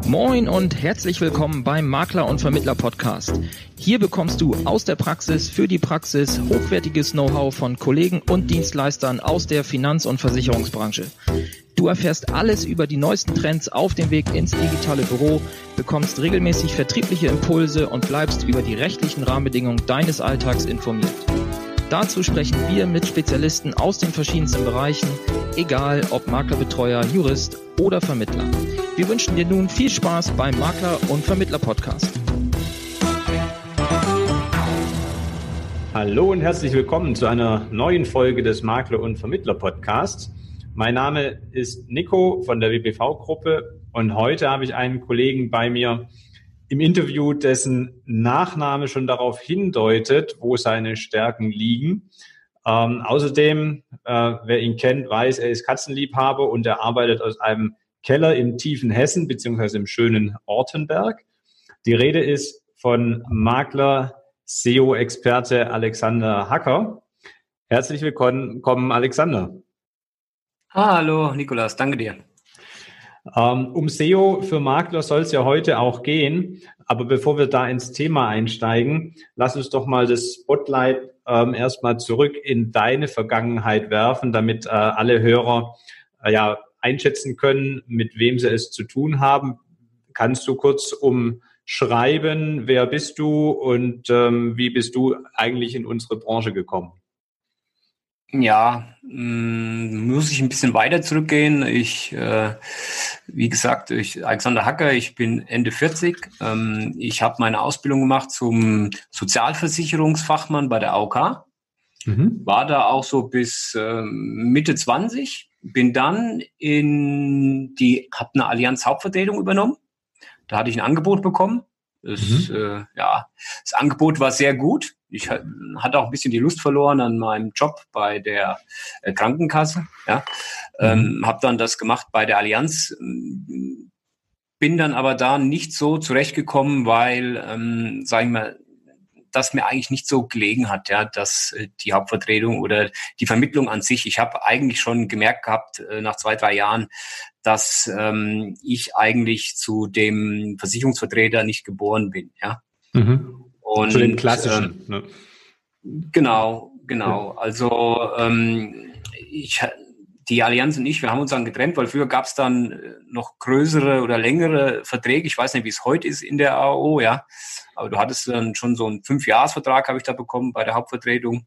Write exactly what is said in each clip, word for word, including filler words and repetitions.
Moin und herzlich willkommen beim Makler und Vermittler Podcast. Hier bekommst du aus der Praxis für die Praxis hochwertiges Know-how von Kollegen und Dienstleistern aus der Finanz- und Versicherungsbranche. Du erfährst alles über die neuesten Trends auf dem Weg ins digitale Büro, bekommst regelmäßig vertriebliche Impulse und bleibst über die rechtlichen Rahmenbedingungen deines Alltags informiert. Dazu sprechen wir mit Spezialisten aus den verschiedensten Bereichen, egal ob Maklerbetreuer, Jurist oder Vermittler. Wir wünschen dir nun viel Spaß beim Makler- und Vermittler-Podcast. Hallo und herzlich willkommen zu einer neuen Folge des Makler- und Vermittler-Podcasts. Mein Name ist Nico von der W P V-Gruppe und heute habe ich einen Kollegen bei mir im Interview, dessen Nachname schon darauf hindeutet, wo seine Stärken liegen. Ähm, außerdem, äh, wer ihn kennt, weiß, er ist Katzenliebhaber und er arbeitet aus einem Keller im tiefen Hessen beziehungsweise im schönen Ortenberg. Die Rede ist von Makler, S E O-Experte Alexander Hacker. Herzlich willkommen, Alexander. Hallo Nikolas, danke dir. Um S E O für Makler soll es ja heute auch gehen. Aber bevor wir da ins Thema einsteigen, lass uns doch mal das Spotlight ähm, erstmal zurück in deine Vergangenheit werfen, damit äh, alle Hörer äh, ja einschätzen können, mit wem sie es zu tun haben. Kannst du kurz umschreiben, wer bist du und ähm, wie bist du eigentlich in unsere Branche gekommen? Ja, mh, muss ich ein bisschen weiter zurückgehen. Ich, äh, wie gesagt, ich, Alexander Hacker, ich bin Ende vierzig. Ähm, ich habe meine Ausbildung gemacht zum Sozialversicherungsfachmann bei der A O K. Mhm. War da auch so bis äh, Mitte zwanzig. Bin dann in die, habe eine Allianz Hauptvertretung übernommen. Da hatte ich ein Angebot bekommen. Das, mhm. äh, ja, das Angebot war sehr gut. Ich hatte auch ein bisschen die Lust verloren an meinem Job bei der äh, Krankenkasse. Ja, mhm. ähm, habe dann das gemacht bei der Allianz. Bin dann aber da nicht so zurechtgekommen, weil, ähm, sagen wir mal, das mir eigentlich nicht so gelegen hat, ja, dass äh, die Hauptvertretung oder die Vermittlung an sich. Ich habe eigentlich schon gemerkt gehabt äh, nach zwei, drei Jahren, dass ähm, ich eigentlich zu dem Versicherungsvertreter nicht geboren bin, ja. Mhm. Und, zu dem klassischen. Ähm, ne? Genau, genau. Also ähm, ich die Allianz und ich, wir haben uns dann getrennt, weil früher gab es dann noch größere oder längere Verträge. Ich weiß nicht, wie es heute ist in der A O, ja. Aber du hattest dann schon so einen Fünfjahresvertrag, habe ich da bekommen bei der Hauptvertretung.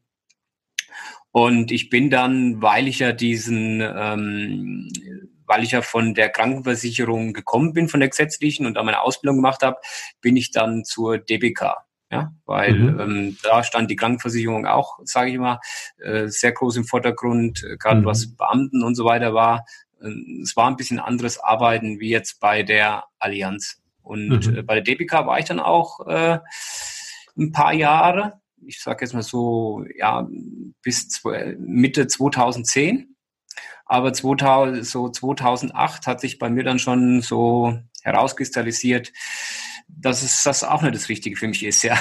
Und ich bin dann, weil ich ja diesen, ähm, weil ich ja von der Krankenversicherung gekommen bin, von der gesetzlichen und da meine Ausbildung gemacht habe, bin ich dann zur D B K. Ja, weil mhm. ähm, da stand die Krankenversicherung auch, sage ich mal, äh, sehr groß im Vordergrund, äh, gerade mhm. was Beamten und so weiter war. Äh, es war ein bisschen anderes Arbeiten wie jetzt bei der Allianz. Und mhm. äh, bei der D B K war ich dann auch äh, ein paar Jahre, ich sage jetzt mal so, ja, bis zw- Mitte zweitausendzehn. Aber zweitausend, so zweitausendacht hat sich bei mir dann schon so herauskristallisiert, dass es das auch nicht das Richtige für mich ist, ja.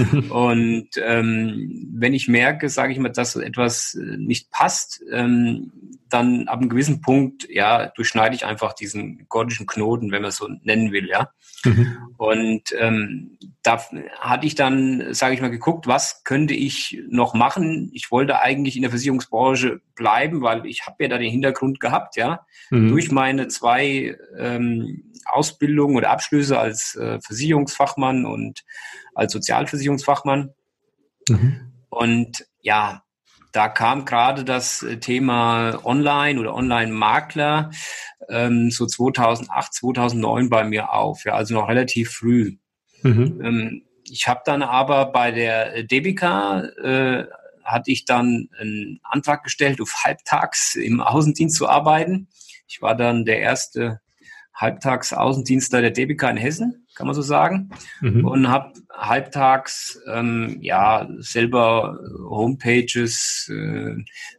Und ähm, wenn ich merke, sage ich mal, dass etwas nicht passt, ähm, dann ab einem gewissen Punkt, ja, durchschneide ich einfach diesen gordischen Knoten, wenn man es so nennen will, ja. Mhm. Und ähm, da hatte ich dann, sage ich mal, geguckt, was könnte ich noch machen. Ich wollte eigentlich in der Versicherungsbranche bleiben, weil ich habe ja da den Hintergrund gehabt, ja, mhm. durch meine zwei ähm, Ausbildungen oder Abschlüsse als äh, Versicherungsfachmann und als Sozialversicherungsfachmann. Mhm. Und ja, da kam gerade das Thema Online oder Online-Makler ähm, so zweitausendacht, zweitausendneun bei mir auf, ja, also noch relativ früh. Mhm. Ähm, ich habe dann aber bei der D B K äh, hatte ich dann einen Antrag gestellt, auf halbtags im Außendienst zu arbeiten. Ich war dann der erste Halbtags-Außendienstler der D B K in Hessen, kann man so sagen, mhm. und habe halbtags ähm, ja selber Homepages äh,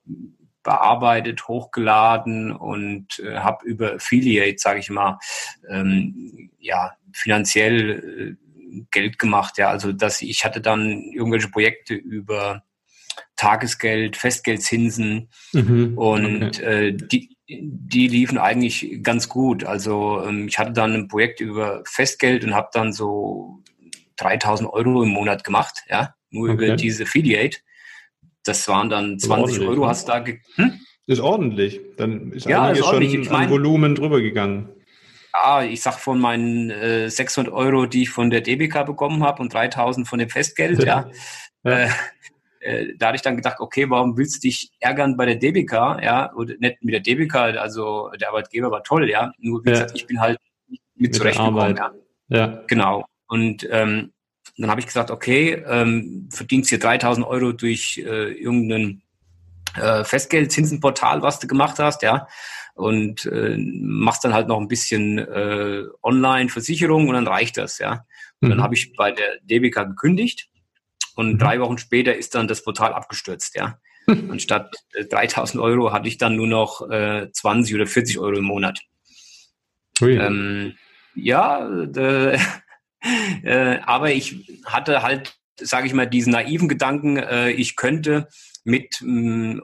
bearbeitet, hochgeladen und äh, habe über Affiliate, sage ich mal, ähm, ja finanziell äh, Geld gemacht. Ja, also dass ich hatte dann irgendwelche Projekte über Tagesgeld, Festgeldzinsen mhm. und okay. äh, die Die liefen eigentlich ganz gut. Also ähm, ich hatte dann ein Projekt über Festgeld und habe dann so dreitausend Euro im Monat gemacht, ja, nur okay. über diese Affiliate. Das waren dann zwanzig Euro, ne? Hast du da ge- hm? Das ist ordentlich. Dann ist ja, einiges ist ordentlich. schon Ich mein, an Volumen drüber gegangen. Ja, ich sag von meinen äh, sechshundert Euro, die ich von der D B K bekommen habe und dreitausend von dem Festgeld, ja, ja. Äh, äh, da hatte ich dann gedacht, okay, warum willst du dich ärgern bei der D B K, ja, oder nicht mit der D B K, also der Arbeitgeber war toll, ja, nur wie ja. gesagt, ich bin halt mit, mit zurechtgekommen, ja. ja. Genau. Und ähm, dann habe ich gesagt, okay, ähm, verdienst hier dreitausend Euro durch äh, irgendein äh, Festgeldzinsenportal, was du gemacht hast, ja, und äh, machst dann halt noch ein bisschen äh, Online-Versicherung und dann reicht das, ja. Und mhm. dann habe ich bei der D B K gekündigt und mhm. drei Wochen später ist dann das Portal abgestürzt, ja. Anstatt äh, dreitausend Euro hatte ich dann nur noch äh, zwanzig oder vierzig Euro im Monat. Ähm, ja, äh, äh, aber ich hatte halt, sage ich mal, diesen naiven Gedanken, äh, ich könnte mit ähm,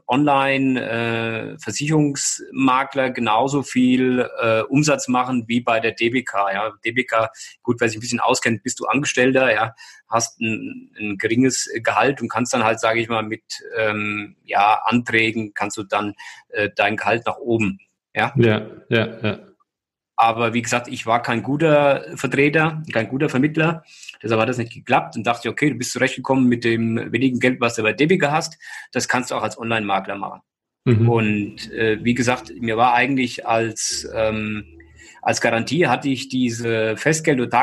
Online-Versicherungsmakler äh, genauso viel äh, Umsatz machen wie bei der D B K. Ja, D B K, gut, wer sich ein bisschen auskennt, bist du Angestellter, ja, hast ein, ein geringes Gehalt und kannst dann halt, sage ich mal, mit ähm, ja Anträgen kannst du dann äh, dein Gehalt nach oben. Ja, ja, ja, ja. Aber wie gesagt, ich war kein guter Vertreter, kein guter Vermittler. Deshalb hat das nicht geklappt und dachte, okay, du bist zurechtgekommen mit dem wenigen Geld, was du bei D B K hast. Das kannst du auch als Online-Makler machen. Mhm. Und äh, wie gesagt, mir war eigentlich als ähm, als Garantie hatte ich diese Festgeld- und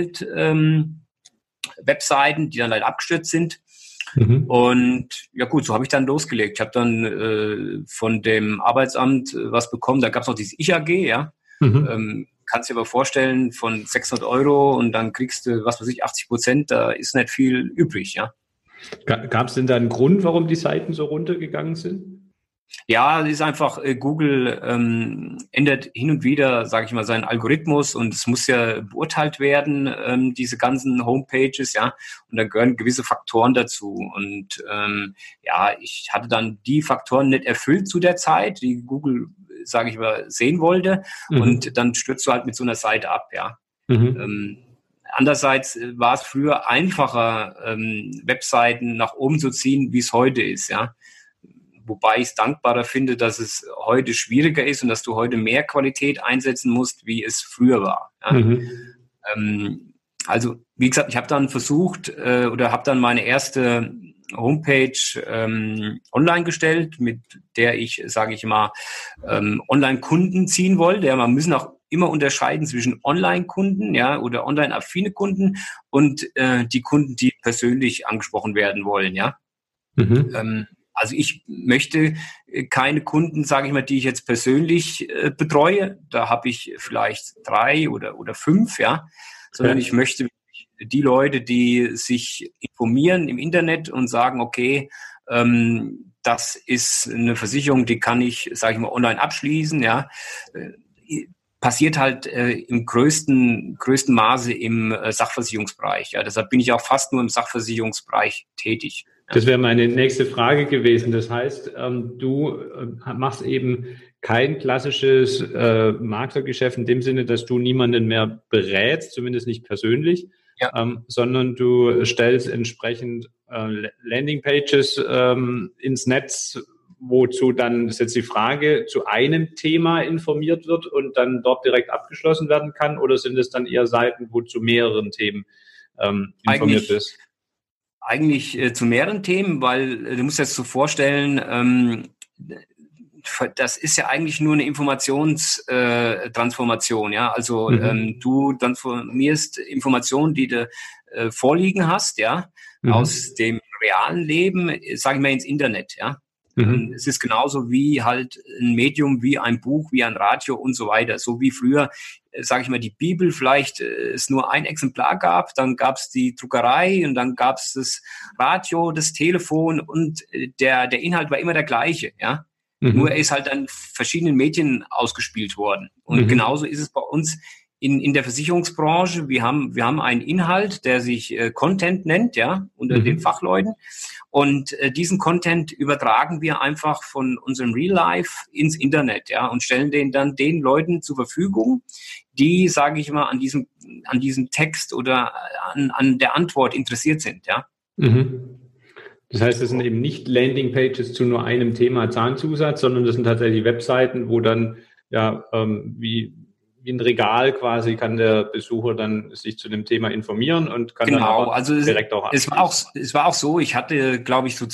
Tagesgeld-Webseiten, ähm, die dann leider abgestürzt sind. Mhm. Und ja gut, so habe ich dann losgelegt. Ich habe dann äh, von dem Arbeitsamt äh, was bekommen. Da gab es noch dieses Ich A G, ja. Mhm. Ähm, kannst dir aber vorstellen, von sechshundert Euro und dann kriegst du, was weiß ich, achtzig Prozent, da ist nicht viel übrig, ja. Gab es denn da einen Grund, warum die Seiten so runtergegangen sind? Ja, es ist einfach, äh, Google ähm, ändert hin und wieder, sage ich mal, seinen Algorithmus und es muss ja beurteilt werden, ähm, diese ganzen Homepages, ja, und da gehören gewisse Faktoren dazu. Und ähm, ja, ich hatte dann die Faktoren nicht erfüllt zu der Zeit, die Google, sage ich mal, sehen wollte. Mhm. Und dann stürzt du halt mit so einer Seite ab, ja. Mhm. Ähm, andererseits war es früher einfacher, ähm, Webseiten nach oben zu ziehen, wie es heute ist, ja. Wobei ich es dankbarer finde, dass es heute schwieriger ist und dass du heute mehr Qualität einsetzen musst, wie es früher war. Ja. Mhm. Ähm, also, wie gesagt, ich habe dann versucht äh, oder habe dann meine erste Homepage ähm, online gestellt, mit der ich, sage ich mal, ähm, Online-Kunden ziehen wollte. Ja, man müssen auch immer unterscheiden zwischen Online-Kunden, ja, oder online-affine Kunden und äh, die Kunden, die persönlich angesprochen werden wollen, ja. Mhm. Ähm, also ich möchte keine Kunden, sage ich mal, die ich jetzt persönlich äh, betreue. Da habe ich vielleicht drei oder oder fünf, ja, sondern ja. ich möchte die Leute, die sich informieren im Internet und sagen, okay, ähm, das ist eine Versicherung, die kann ich, sage ich mal, online abschließen, ja. Äh, passiert halt äh, im größten größten Maße im äh, Sachversicherungsbereich. Ja, deshalb bin ich auch fast nur im Sachversicherungsbereich tätig. Das wäre meine nächste Frage gewesen. Das heißt, ähm, du äh, machst eben kein klassisches äh, Maklergeschäft in dem Sinne, dass du niemanden mehr berätst, zumindest nicht persönlich, ja. ähm, sondern du stellst entsprechend äh, Landingpages ähm, ins Netz, wozu dann, das ist jetzt die Frage, zu einem Thema informiert wird und dann dort direkt abgeschlossen werden kann, oder sind es dann eher Seiten, wo zu mehreren Themen ähm, informiert ist? Eigentlich äh, zu mehreren Themen, weil äh, du musst dir das so vorstellen, ähm, das ist ja eigentlich nur eine Informationstransformation, äh, ja. Also mhm. ähm, du transformierst Informationen, die du äh, vorliegen hast, ja, mhm. aus dem realen Leben, sage ich mal, ins Internet, ja. Mhm. Es ist genauso wie halt ein Medium, wie ein Buch, wie ein Radio und so weiter. So wie früher, sage ich mal, die Bibel vielleicht äh, es nur ein Exemplar gab, dann gab es die Druckerei und dann gab es das Radio, das Telefon und äh, der der Inhalt war immer der gleiche, ja. Mhm. Nur er ist halt an verschiedenen Medien ausgespielt worden. Und mhm. genauso ist es bei uns in, in der Versicherungsbranche, wir haben, wir haben einen Inhalt, der sich äh, Content nennt, ja, unter mhm. den Fachleuten. Und äh, diesen Content übertragen wir einfach von unserem Real Life ins Internet, ja, und stellen den dann den Leuten zur Verfügung, die, sage ich mal, an diesem, an diesem Text oder an, an der Antwort interessiert sind, ja. Mhm. Das heißt, es sind eben nicht Landingpages zu nur einem Thema Zahnzusatz, sondern das sind tatsächlich Webseiten, wo dann ja ähm, wie wie ein Regal quasi kann der Besucher dann sich zu dem Thema informieren und kann genau, dann also direkt auch es war auch es war auch so, ich hatte, glaube ich, so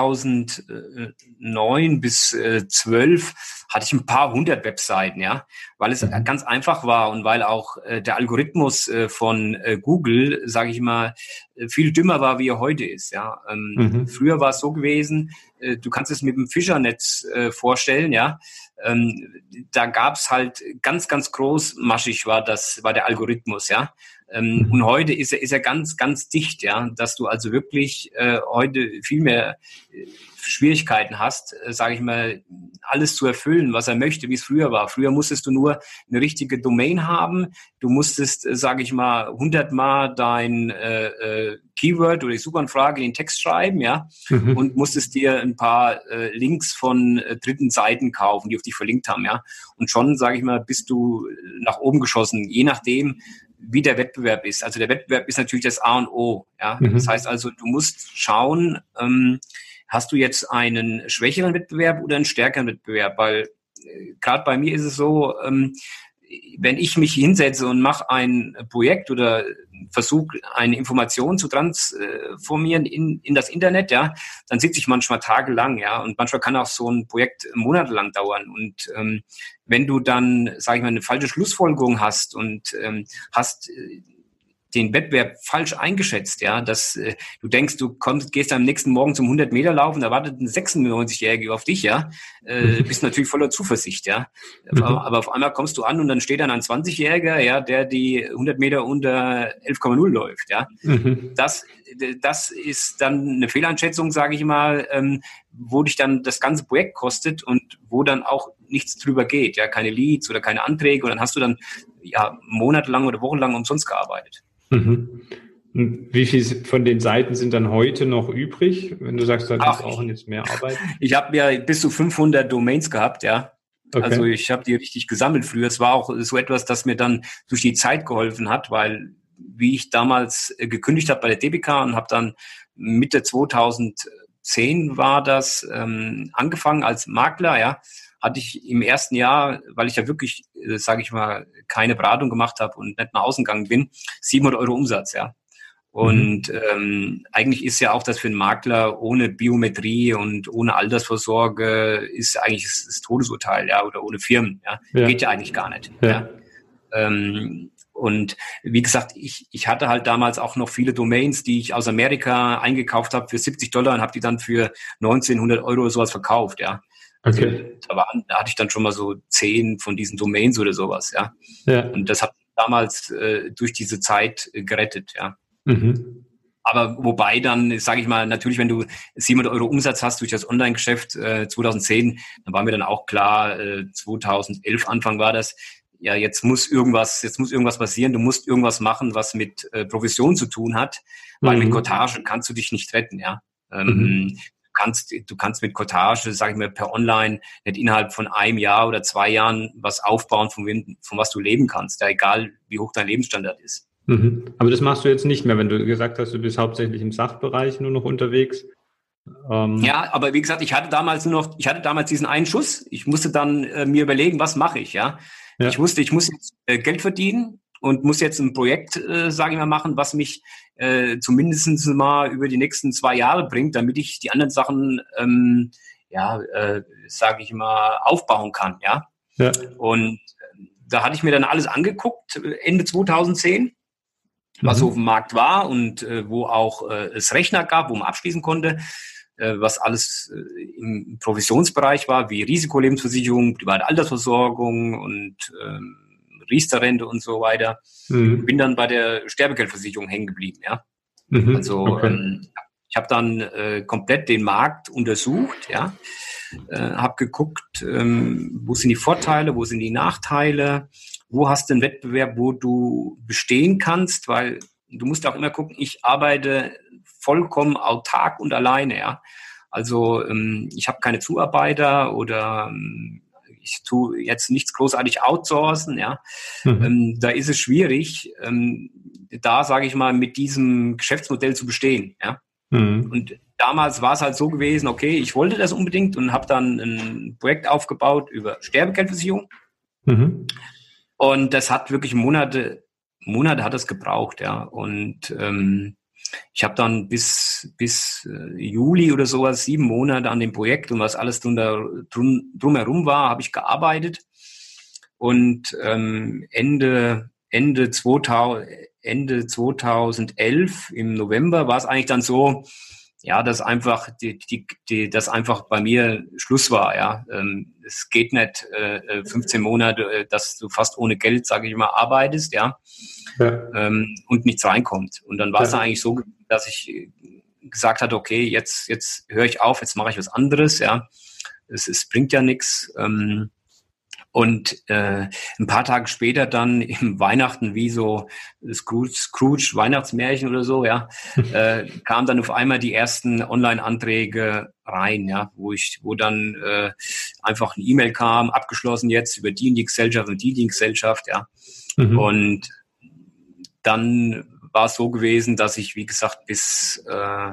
zweitausendneun bis zwölf hatte ich ein paar hundert Webseiten, ja, weil es mhm. ganz einfach war und weil auch äh, der Algorithmus äh, von äh, Google, sage ich mal, viel dümmer war, wie er heute ist, ja. Ähm, mhm. Früher war es so gewesen, äh, du kannst es mit dem Fischernetz äh, vorstellen, ja. Ähm, da gab's halt ganz, ganz großmaschig war das, war der Algorithmus, ja. Ähm, mhm. Und heute ist er, ist er ganz, ganz dicht, ja, dass du also wirklich äh, heute viel mehr äh, Schwierigkeiten hast, äh, sage ich mal, alles zu erfüllen, was er möchte, wie es früher war. Früher musstest du nur eine richtige Domain haben, du musstest, äh, sage ich mal, hundertmal dein äh, äh, Keyword oder die Suchanfrage in den Text schreiben, ja, mhm. und musstest dir ein paar äh, Links von äh, dritten Seiten kaufen, die auf dich verlinkt haben, ja. Und schon, sage ich mal, bist du nach oben geschossen, je nachdem, wie der Wettbewerb ist. Also der Wettbewerb ist natürlich das A und O, ja. Mhm. Das heißt also, du musst schauen, ähm, hast du jetzt einen schwächeren Wettbewerb oder einen stärkeren Wettbewerb? Weil äh, gerade bei mir ist es so, ähm, wenn ich mich hinsetze und mache ein Projekt oder versuche, eine Information zu transformieren in, in das Internet, ja, dann sitze ich manchmal tagelang, ja, und manchmal kann auch so ein Projekt monatelang dauern. Und ähm, wenn du dann, sage ich mal, eine falsche Schlussfolgerung hast und ähm, hast äh, den Wettbewerb falsch eingeschätzt, ja, dass äh, du denkst, du kommst, gehst am nächsten Morgen zum hundert Meter laufen, da wartet ein sechsundneunzigjähriger auf dich, ja, äh, bist natürlich voller Zuversicht, ja, mhm. aber auf einmal kommst du an und dann steht dann ein zwanzigjähriger, ja, der die hundert Meter unter elf Komma null läuft, ja, mhm. das, das ist dann eine Fehleinschätzung, sage ich mal, ähm, wo dich dann das ganze Projekt kostet und wo dann auch nichts drüber geht, ja, keine Leads oder keine Anträge und dann hast du dann ja monatelang oder wochenlang umsonst gearbeitet. Mhm. Und wie viel von den Seiten sind dann heute noch übrig, wenn du sagst, wir brauchen jetzt mehr Arbeit? Ich habe ja bis zu fünfhundert Domains gehabt, ja. Okay. Also ich habe die richtig gesammelt früher. Es war auch so etwas, das mir dann durch die Zeit geholfen hat, weil wie ich damals gekündigt habe bei der D B K und habe dann Mitte zweitausendzehn war das ähm, angefangen als Makler, ja, hatte ich im ersten Jahr, weil ich ja wirklich, äh, sage ich mal, keine Beratung gemacht habe und nicht nach außen gegangen bin, siebenhundert Euro Umsatz, ja. Und mhm. ähm, eigentlich ist ja auch das für einen Makler ohne Biometrie und ohne Altersvorsorge ist eigentlich das, das Todesurteil, ja, oder ohne Firmen, ja, ja. Geht ja eigentlich gar nicht. Ja. Ja. Ähm, und wie gesagt, ich, ich hatte halt damals auch noch viele Domains, die ich aus Amerika eingekauft habe für siebzig Dollar und habe die dann für neunzehnhundert Euro oder sowas verkauft, ja. Also okay. da, waren, da hatte ich dann schon mal so zehn von diesen Domains oder sowas, ja. ja. Und das hat damals äh, durch diese Zeit äh, gerettet, ja. Mhm. Aber wobei dann, sage ich mal, natürlich, wenn du siebenhundert Euro Umsatz hast durch das Online-Geschäft äh, zweitausendzehn, dann war mir dann auch klar, äh, zweitausendelf Anfang war das, ja, jetzt muss irgendwas, jetzt muss irgendwas passieren, du musst irgendwas machen, was mit äh, Provision zu tun hat, weil mhm. mit Cottage kannst du dich nicht retten, ja. Ähm, mhm. Kannst, du kannst mit Cottage, sage ich mal, per Online nicht innerhalb von einem Jahr oder zwei Jahren was aufbauen, von, wem, von was du leben kannst, ja, egal wie hoch dein Lebensstandard ist. Mhm. Aber das machst du jetzt nicht mehr, wenn du gesagt hast, du bist hauptsächlich im Sachbereich nur noch unterwegs. Ähm ja, aber wie gesagt, ich hatte damals nur noch, ich hatte damals diesen einen Schuss. Ich musste dann äh, mir überlegen, was mache ich, ja? ja. Ich wusste, ich muss jetzt äh, Geld verdienen und muss jetzt ein Projekt, äh, sage ich mal, machen, was mich äh, zumindest mal über die nächsten zwei Jahre bringt, damit ich die anderen Sachen, ähm, ja, äh, sage ich mal, aufbauen kann, ja. ja. Und äh, da hatte ich mir dann alles angeguckt, Ende zweitausendzehn, was mhm. so auf dem Markt war und äh, wo auch äh, es Rechner gab, wo man abschließen konnte, äh, was alles äh, im Provisionsbereich war, wie Risikolebensversicherung, private Altersversorgung und ähm, Riester-Rente und so weiter. Mhm. Bin dann bei der Sterbegeldversicherung hängen geblieben, ja. Mhm. Also okay. ähm, ich habe dann äh, komplett den Markt untersucht, ja. äh, habe geguckt, ähm, wo sind die Vorteile, wo sind die Nachteile, wo hast du einen Wettbewerb, wo du bestehen kannst, weil du musst auch immer gucken, ich arbeite vollkommen autark und alleine, ja. Also ähm, ich habe keine Zuarbeiter oder ähm, ich tue jetzt nichts großartig outsourcen, ja. Mhm. Ähm, da ist es schwierig, ähm, da, sage ich mal, mit diesem Geschäftsmodell zu bestehen, ja. Mhm. Und damals war es halt so gewesen, okay, ich wollte das unbedingt und habe dann ein Projekt aufgebaut über Sterbegeldversicherung. Mhm. Und das hat wirklich Monate, Monate hat es gebraucht, ja. Und ähm, ich habe dann bis bis äh, Juli oder sowas sieben Monate an dem Projekt und was alles drunter, drum, drumherum war, habe ich gearbeitet. Und ähm, Ende Ende zweitausend, Ende zweitausendelf im November war es eigentlich dann so, ja, dass einfach die, die, die, das einfach bei mir Schluss war, ja. Ähm, es geht nicht äh, fünfzehn Monate, äh, dass du fast ohne Geld, sage ich mal, arbeitest, ja, ja. Ähm, und nichts reinkommt. Und dann war es ja. eigentlich so, dass ich gesagt hatte, okay, jetzt jetzt höre ich auf, jetzt mache ich was anderes, ja. Es, es bringt ja nichts. Ähm, Und äh, ein paar Tage später dann im Weihnachten, wie so Scrooge, Scrooge Weihnachtsmärchen oder so, ja, äh, kamen dann auf einmal die ersten Online-Anträge rein, ja, wo ich, wo dann äh, einfach eine E-Mail kam, abgeschlossen jetzt über die und die Gesellschaft und die, die Gesellschaft, ja. Mhm. Und dann war es so gewesen, dass ich, wie gesagt, bis äh,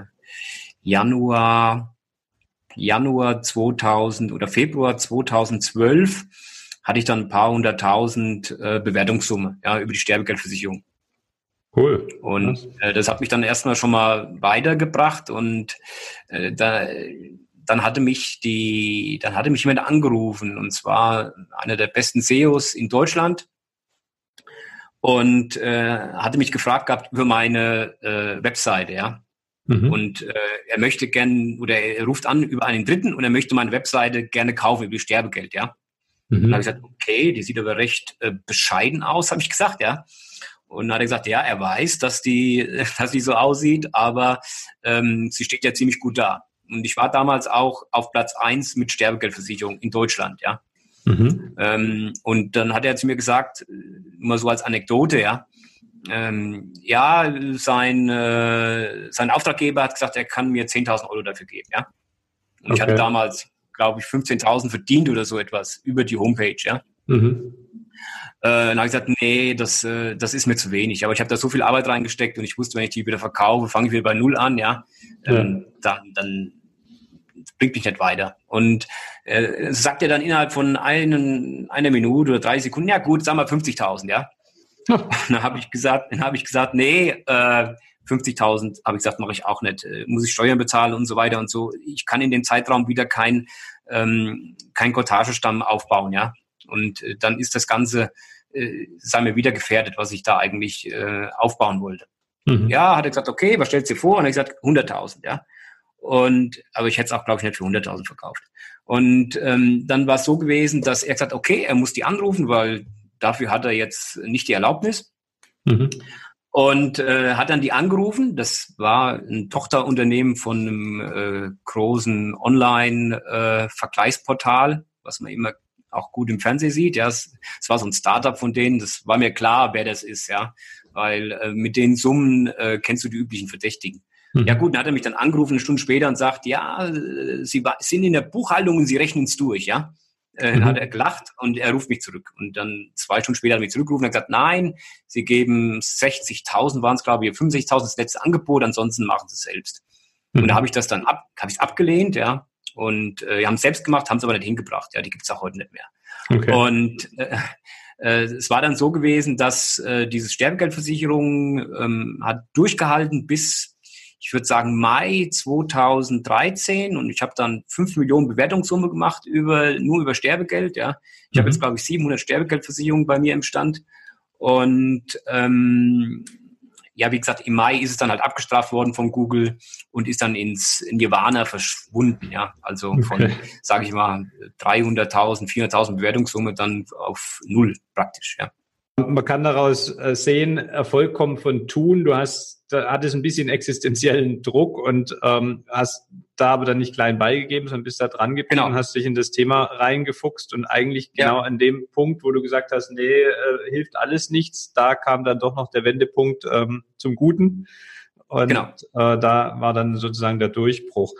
Januar, Januar zweitausend oder Februar zweitausendzwölf hatte ich dann ein paar hunderttausend äh, Bewertungssumme, ja, über die Sterbegeldversicherung. Cool. Und äh, das hat mich dann erstmal schon mal weitergebracht und äh, da, dann hatte mich die, dann hatte mich jemand angerufen und zwar einer der besten S E Os in Deutschland und äh, hatte mich gefragt gehabt über meine äh, Webseite, ja. Mhm. Und äh, er möchte gern oder er ruft an über einen Dritten und er möchte meine Webseite gerne kaufen über die Sterbegeld, ja. Mhm. Dann habe ich gesagt, okay, die sieht aber recht äh, bescheiden aus, habe ich gesagt, ja. Und dann hat er gesagt, ja, er weiß, dass die, dass die so aussieht, aber ähm, sie steht ja ziemlich gut da. Und ich war damals auch auf Platz eins mit Sterbegeldversicherung in Deutschland, ja. Mhm. Ähm, und dann hat er zu mir gesagt, immer so als Anekdote, ja, ähm, ja, sein, äh, sein Auftraggeber hat gesagt, er kann mir zehntausend Euro dafür geben, ja. Und okay. Ich hatte damals, glaube ich, fünfzehntausend verdient oder so etwas über die Homepage, ja. Mhm. Äh, dann habe ich gesagt, nee, das, äh, das ist mir zu wenig. Aber ich habe da so viel Arbeit reingesteckt und ich wusste, wenn ich die wieder verkaufe, fange ich wieder bei Null an, ja. Ähm, ja. Dann, dann bringt mich nicht weiter. Und äh, sagt er dann innerhalb von einen, einer Minute oder drei Sekunden, ja gut, sagen wir fünfzigtausend, ja. Ja. Dann habe ich gesagt, dann habe ich gesagt, nee, äh, fünfzigtausend, habe ich gesagt, mache ich auch nicht. Äh, muss ich Steuern bezahlen und so weiter und so. Ich kann in dem Zeitraum wieder kein ähm, kein Cottagestamm aufbauen, ja. Und äh, dann ist das Ganze, äh, sei mir wieder gefährdet, was ich da eigentlich äh, aufbauen wollte. Mhm. Ja, hat er gesagt, okay, was stellst du dir vor? Und er hat gesagt, hunderttausend, ja. Und aber ich hätte es auch, glaube ich, nicht für hunderttausend verkauft. Und ähm, dann war es so gewesen, dass er gesagt, okay, er muss die anrufen, weil dafür hat er jetzt nicht die Erlaubnis. Mhm. Und äh, hat dann die angerufen. Das war ein Tochterunternehmen von einem äh, großen Online-Vergleichsportal, äh, was man immer auch gut im Fernsehen sieht. Ja, es, es war so ein Startup von denen. Das war mir klar, wer das ist, ja, weil äh, mit den Summen äh, kennst du die üblichen Verdächtigen. Mhm. Ja gut, dann hat er mich dann angerufen eine Stunde später und sagt, ja, Sie sind in der Buchhaltung und Sie rechnen es durch, ja. Dann mhm. hat er gelacht und er ruft mich zurück. Und dann zwei Stunden später hat er mich zurückgerufen und hat gesagt, nein, Sie geben sechzigtausend, waren es glaube ich, fünfundsechzigtausend das letzte Angebot, ansonsten machen Sie es selbst. Mhm. Und da habe ich das dann ab, habe ich abgelehnt, ja. Und äh, wir haben es selbst gemacht, haben es aber nicht hingebracht. Ja, die gibt es auch heute nicht mehr. Okay. Und äh, äh, es war dann so gewesen, dass äh, diese Sterbegeldversicherung ähm, hat durchgehalten bis, ich würde sagen, Mai zweitausenddreizehn und ich habe dann fünf Millionen Bewertungssumme gemacht über nur über Sterbegeld. Ja, ich mhm. habe jetzt glaube ich siebenhundert Sterbegeldversicherungen bei mir im Stand und ähm, ja, wie gesagt, im Mai ist es dann halt abgestraft worden von Google und ist dann ins Nirvana verschwunden. Ja, also okay. von, sage ich mal, dreihunderttausend, vierhunderttausend Bewertungssumme dann auf null praktisch. Ja. Man kann daraus sehen, Erfolg kommt von Tun. Du hast, da hattest ein bisschen existenziellen Druck und ähm, hast da aber dann nicht klein beigegeben, sondern bist da dran geblieben Genau. und hast dich in das Thema reingefuchst und eigentlich Ja. genau an dem Punkt, wo du gesagt hast, nee, äh, hilft alles nichts, da kam dann doch noch der Wendepunkt ähm, zum Guten und Genau. äh, da war dann sozusagen der Durchbruch.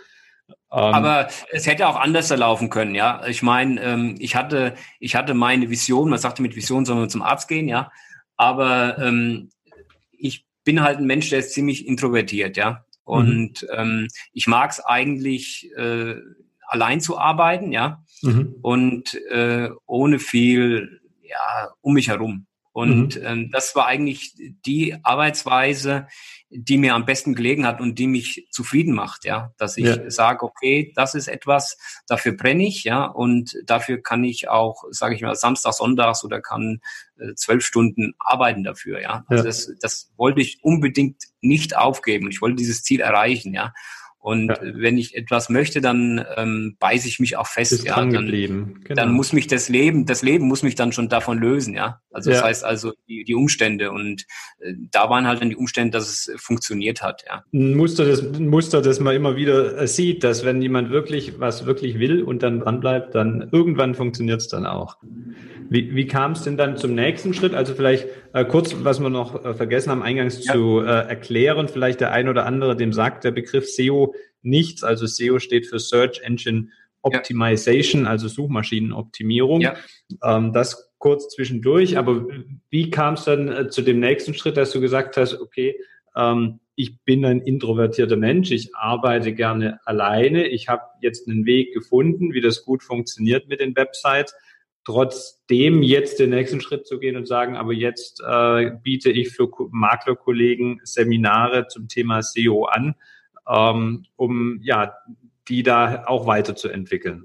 Aber es hätte auch anders laufen können, ja. Ich meine, ähm, ich hatte, ich hatte meine Vision. Man sagte, mit Vision soll man zum Arzt gehen, ja. Aber ähm, ich bin halt ein Mensch, der ist ziemlich introvertiert, ja. Und mhm. ähm, ich mag es eigentlich, äh, allein zu arbeiten, ja. Mhm. Und äh, ohne viel, ja, um mich herum. Und mhm. ähm, das war eigentlich die Arbeitsweise, die mir am besten gelegen hat und die mich zufrieden macht, ja, dass ich ja. sage, okay, das ist etwas, dafür brenne ich, ja, und dafür kann ich auch, sage ich mal, samstags, sonntags oder kann äh, zwölf Stunden arbeiten dafür, ja. Also ja. das, das wollte ich unbedingt nicht aufgeben. Ich wollte dieses Ziel erreichen, ja. Und ja. wenn ich etwas möchte, dann ähm, beiße ich mich auch fest. Ist ja, dran dann, geblieben. Genau. Dann muss mich das Leben, das Leben muss mich dann schon davon lösen, ja. Also ja. das heißt also die, die Umstände und äh, da waren halt dann die Umstände, dass es funktioniert hat, ja. Ein Muster, das, ein Muster, das man immer wieder sieht, dass wenn jemand wirklich was wirklich will und dann dran bleibt, dann irgendwann funktioniert es dann auch. Wie, wie kam es denn dann zum nächsten Schritt? Also vielleicht äh, kurz, was wir noch äh, vergessen haben, eingangs ja. zu äh, erklären. Vielleicht der ein oder andere, dem sagt der Begriff S E O nichts. Also S E O steht für Search Engine Optimization, ja. also Suchmaschinenoptimierung. Ja. Ähm, das kurz zwischendurch. Aber wie kam es dann äh, zu dem nächsten Schritt, dass du gesagt hast, okay, ähm, ich bin ein introvertierter Mensch, ich arbeite gerne alleine, ich habe jetzt einen Weg gefunden, wie das gut funktioniert mit den Websites. Trotzdem jetzt den nächsten Schritt zu gehen und sagen, aber jetzt äh, biete ich für Maklerkollegen Seminare zum Thema S E O an, ähm, um ja die da auch weiterzuentwickeln.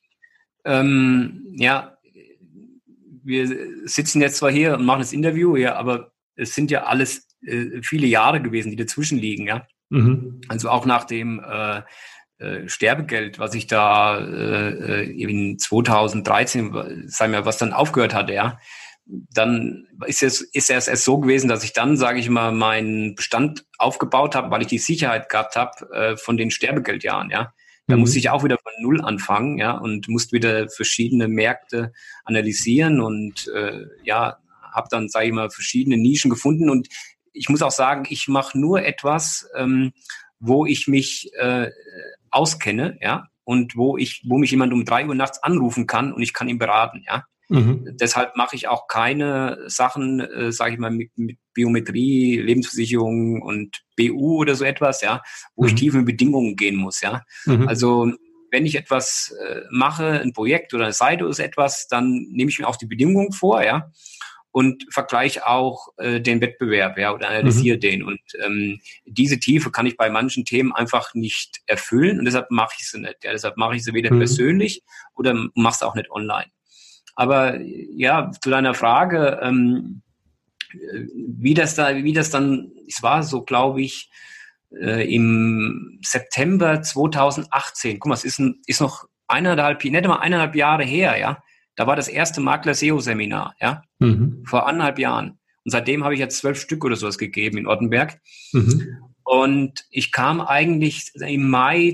Ähm, ja, wir sitzen jetzt zwar hier und machen das Interview, ja, aber es sind ja alles äh, viele Jahre gewesen, die dazwischen liegen, ja. Mhm. Also auch nach dem äh, Äh, Sterbegeld, was ich da äh, in zweitausenddreizehn, sagen wir, was dann aufgehört hatte, ja, dann ist es ist es erst so gewesen, dass ich dann, sage ich mal, meinen Bestand aufgebaut habe, weil ich die Sicherheit gehabt habe äh, von den Sterbegeldjahren, ja. Da mhm. musste ich auch wieder von Null anfangen, ja, und musste wieder verschiedene Märkte analysieren und äh, ja, habe dann, sage ich mal, verschiedene Nischen gefunden und ich muss auch sagen, ich mache nur etwas, ähm, wo ich mich äh, auskenne, ja, und wo ich, wo mich jemand um drei Uhr nachts anrufen kann und ich kann ihn beraten, ja. Mhm. Deshalb mache ich auch keine Sachen, äh, sage ich mal, mit, mit Biometrie, Lebensversicherung und B U oder so etwas, ja, wo mhm. ich tief in Bedingungen gehen muss, ja. Mhm. Also wenn ich etwas äh, mache, ein Projekt oder eine Seite ist etwas, dann nehme ich mir auch die Bedingungen vor, ja. Und vergleiche auch äh, den Wettbewerb, ja, oder analysiere mhm. den. Und ähm, diese Tiefe kann ich bei manchen Themen einfach nicht erfüllen und deshalb mache ich sie nicht. Ja, deshalb mache ich sie weder mhm. persönlich oder mache es auch nicht online. Aber ja, zu deiner Frage, ähm, wie das da, wie das dann, es war so, glaube ich, äh, im September zweitausendachtzehn. Guck mal, es ist, ein, ist noch eineinhalb, nicht mal eineinhalb Jahre her, ja. Da war das erste Makler-S E O-Seminar, ja, mhm. vor anderthalb Jahren. Und seitdem habe ich jetzt zwölf Stück oder sowas gegeben in Ortenberg. Mhm. Und ich kam eigentlich im Mai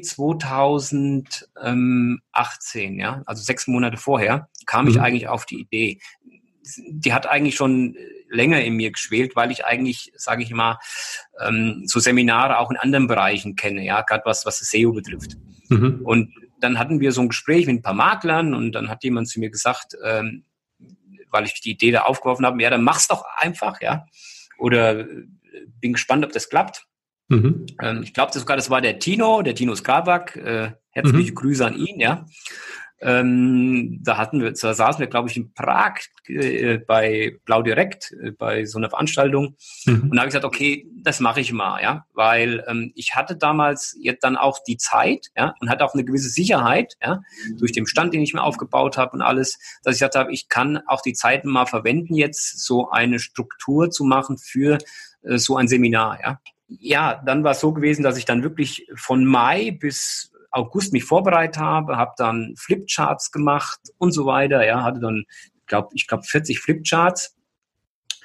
zweitausendachtzehn, ja, also sechs Monate vorher, kam mhm. ich eigentlich auf die Idee. Die hat eigentlich schon länger in mir geschwelt, weil ich eigentlich, sage ich mal, ähm, so Seminare auch in anderen Bereichen kenne, ja, gerade was, was das S E O betrifft. Mhm. Und dann hatten wir so ein Gespräch mit ein paar Maklern und dann hat jemand zu mir gesagt, ähm, weil ich die Idee da aufgeworfen habe, ja, dann mach's doch einfach, ja. Oder äh, bin gespannt, ob das klappt. Mhm. Ähm, ich glaube sogar, das war der Tino, der Tino Skarbak. Äh, herzliche mhm. Grüße an ihn, ja. Ähm, da hatten wir, da saßen wir, glaube ich, in Prag äh, bei Blau Direkt, äh, bei so einer Veranstaltung. Mhm. Und da habe ich gesagt, okay, das mache ich mal, ja, weil ähm, ich hatte damals jetzt dann auch die Zeit, ja, und hatte auch eine gewisse Sicherheit, ja, durch den Stand, den ich mir aufgebaut habe und alles, dass ich gesagt habe, ich kann auch die Zeit mal verwenden, jetzt so eine Struktur zu machen für äh, so ein Seminar, ja. Ja, dann war es so gewesen, dass ich dann wirklich von Mai bis August mich vorbereitet habe, habe dann Flipcharts gemacht und so weiter, ja, hatte dann, glaub, ich glaube, vierzig Flipcharts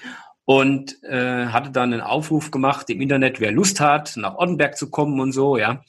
und äh, hatte dann einen Aufruf gemacht im Internet, wer Lust hat, nach Ottenberg zu kommen und so, ja.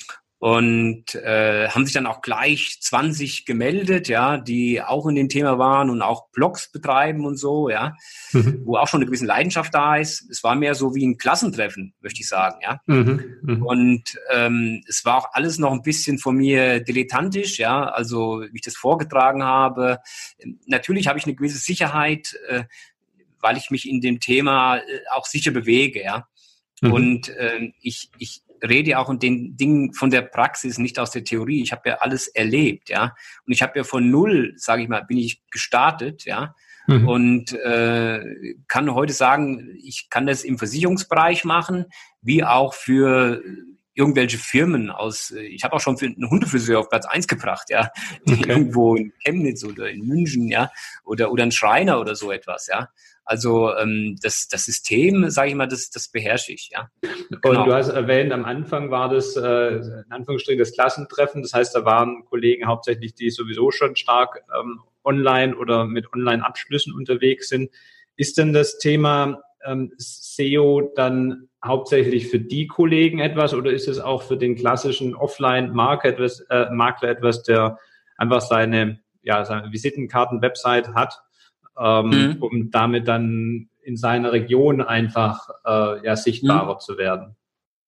Und äh, haben sich dann auch gleich zwanzig gemeldet, ja, die auch in dem Thema waren und auch Blogs betreiben und so, ja, mhm. wo auch schon eine gewisse Leidenschaft da ist. Es war mehr so wie ein Klassentreffen, möchte ich sagen, ja. Mhm. Mhm. Und ähm, es war auch alles noch ein bisschen von mir dilettantisch, ja, also wie ich das vorgetragen habe. Natürlich habe ich eine gewisse Sicherheit, äh, weil ich mich in dem Thema äh, auch sicher bewege, ja. Mhm. Und äh, ich ich rede auch in den Dingen von der Praxis, nicht aus der Theorie. Ich habe ja alles erlebt, ja. Und ich habe ja von null, sage ich mal, bin ich gestartet, ja. Mhm. Und äh, kann heute sagen, ich kann das im Versicherungsbereich machen, wie auch für irgendwelche Firmen aus, ich habe auch schon für einen Hundefriseur auf Platz eins gebracht, ja. Okay. Irgendwo in Chemnitz oder in München, ja. Oder, oder ein Schreiner oder so etwas, ja. Also ähm, das, das System, sage ich mal, das, das beherrsche ich, ja. Genau. Und du hast erwähnt, am Anfang war das äh, in Anführungsstrichen das Klassentreffen. Das heißt, da waren Kollegen hauptsächlich, die sowieso schon stark ähm, online oder mit Online-Abschlüssen unterwegs sind. Ist denn das Thema ähm, S E O dann hauptsächlich für die Kollegen etwas oder ist es auch für den klassischen Offline-Makler etwas, äh, Makler etwas, der einfach seine, ja, seine Visitenkarten-Website hat? Ähm, mhm. um damit dann in seiner Region einfach äh, ja, sichtbarer mhm. zu werden?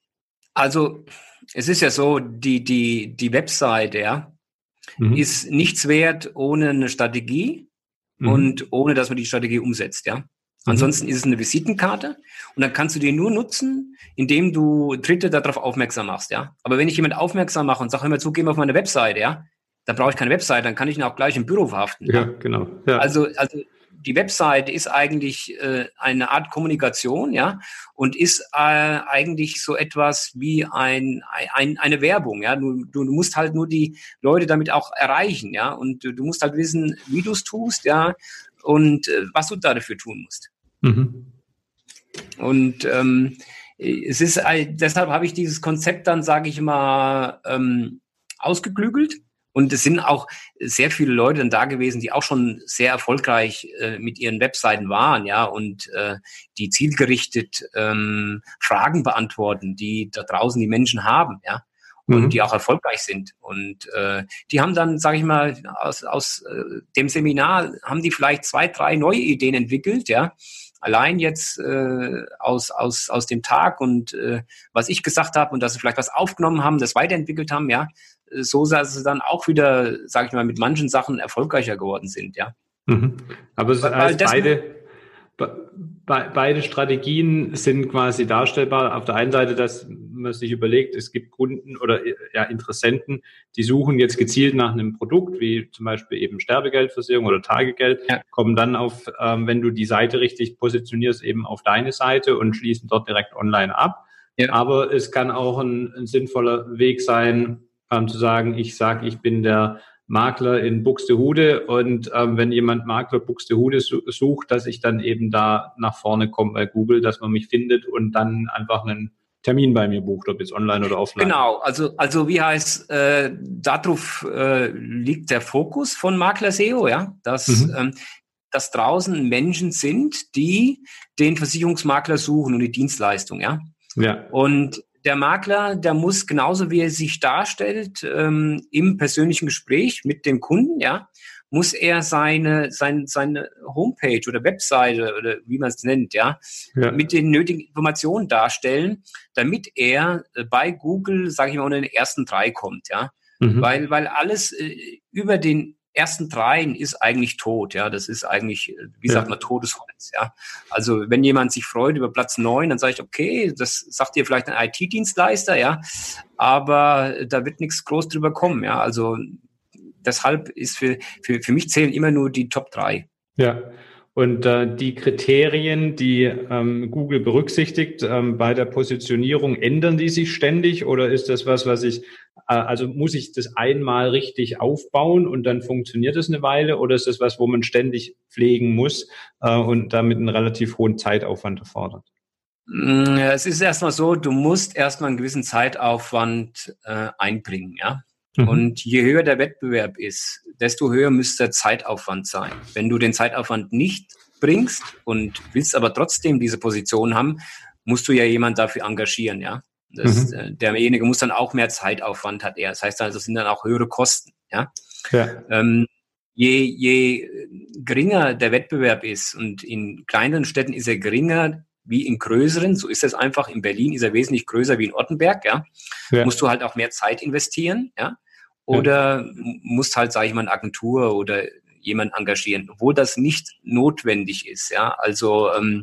Also es ist ja so, die, die, die Website ja, mhm. ist nichts wert ohne eine Strategie mhm. und ohne, dass man die Strategie umsetzt. Ja. Ansonsten mhm. ist es eine Visitenkarte und dann kannst du die nur nutzen, indem du Dritte darauf aufmerksam machst. Ja. Aber wenn ich jemand aufmerksam mache und sage, hör mal zu, geh mal auf meine Website, ja, da brauche ich keine Website, dann kann ich ihn auch gleich im Büro verhaften. Ja, ja. genau. Ja. Also, also die Website ist eigentlich äh, eine Art Kommunikation, ja, und ist äh, eigentlich so etwas wie ein, ein eine Werbung, ja. Du, du musst halt nur die Leute damit auch erreichen, ja, und du, du musst halt wissen, wie du es tust, ja, und äh, was du dafür tun musst. Mhm. Und ähm, es ist äh, deshalb habe ich dieses Konzept dann, sage ich mal, ähm, ausgeklügelt. Und es sind auch sehr viele Leute dann da gewesen, die auch schon sehr erfolgreich äh, mit ihren Webseiten waren, ja, und äh, die zielgerichtet ähm, Fragen beantworten, die da draußen die Menschen haben, ja, und mhm. die auch erfolgreich sind. Und äh, die haben dann, sage ich mal, aus, aus äh, dem Seminar haben die vielleicht zwei, drei neue Ideen entwickelt, ja. Allein jetzt äh, aus aus aus dem Tag und äh, was ich gesagt habe und dass sie vielleicht was aufgenommen haben, das weiterentwickelt haben, ja, so dass sie dann auch wieder, sage ich mal, mit manchen Sachen erfolgreicher geworden sind, ja. Mhm. Aber es heißt, beide be, beide Strategien sind quasi darstellbar. Auf der einen Seite, dass man sich überlegt, es gibt Kunden oder ja, Interessenten, die suchen jetzt gezielt nach einem Produkt, wie zum Beispiel eben Sterbegeldversicherung oder Tagegeld, ja. kommen dann auf, ähm, wenn du die Seite richtig positionierst, eben auf deine Seite und schließen dort direkt online ab. Ja. Aber es kann auch ein, ein sinnvoller Weg sein, ähm, zu sagen, ich sage, ich bin der Makler in Buxtehude und ähm, wenn jemand Makler Buxtehude sucht, dass ich dann eben da nach vorne komme bei Google, dass man mich findet und dann einfach einen Termin bei mir bucht, ob jetzt online oder offline. Genau, also also wie heißt, äh, darauf äh, liegt der Fokus von Makler S E O, ja, dass mhm. ähm, dass draußen Menschen sind, die den Versicherungsmakler suchen und die Dienstleistung, ja. Ja. Und der Makler, der muss genauso wie er sich darstellt ähm, im persönlichen Gespräch mit dem Kunden, ja, muss er seine seine seine Homepage oder Webseite oder wie man es nennt, ja, ja, mit den nötigen Informationen darstellen, damit er äh, bei Google, sage ich mal, unter den ersten drei kommt, ja, mhm. weil weil alles äh, über den ersten dreien ist eigentlich tot, ja, das ist eigentlich, wie ja. sagt man, totes Holz, ja. Also wenn jemand sich freut über Platz neun, dann sage ich, okay, das sagt dir vielleicht ein I T-Dienstleister, ja, aber da wird nichts groß drüber kommen, ja, also deshalb ist für, für, für mich zählen immer nur die Top drei. Ja. Und äh, die Kriterien, die ähm, Google berücksichtigt ähm, bei der Positionierung, ändern die sich ständig oder ist das was, was ich, äh, also muss ich das einmal richtig aufbauen und dann funktioniert das eine Weile oder ist das was, wo man ständig pflegen muss äh, und damit einen relativ hohen Zeitaufwand erfordert? Es ist erstmal so, du musst erstmal einen gewissen Zeitaufwand äh, einbringen, ja. Mhm. Und je höher der Wettbewerb ist, desto höher müsste der Zeitaufwand sein. Wenn du den Zeitaufwand nicht bringst und willst aber trotzdem diese Position haben, musst du ja jemand dafür engagieren, ja. Das, mhm. Derjenige muss dann auch mehr Zeitaufwand hat er. Das heißt also, das sind dann auch höhere Kosten, ja. ja. Ähm, je, je geringer der Wettbewerb ist und in kleineren Städten ist er geringer wie in größeren, so ist es einfach. In Berlin ist er wesentlich größer wie in Ottenberg, ja. ja. Musst du halt auch mehr Zeit investieren, ja. Oder ja. musst halt, sage ich mal, eine Agentur oder jemand engagieren, wo das nicht notwendig ist, ja. Also ähm,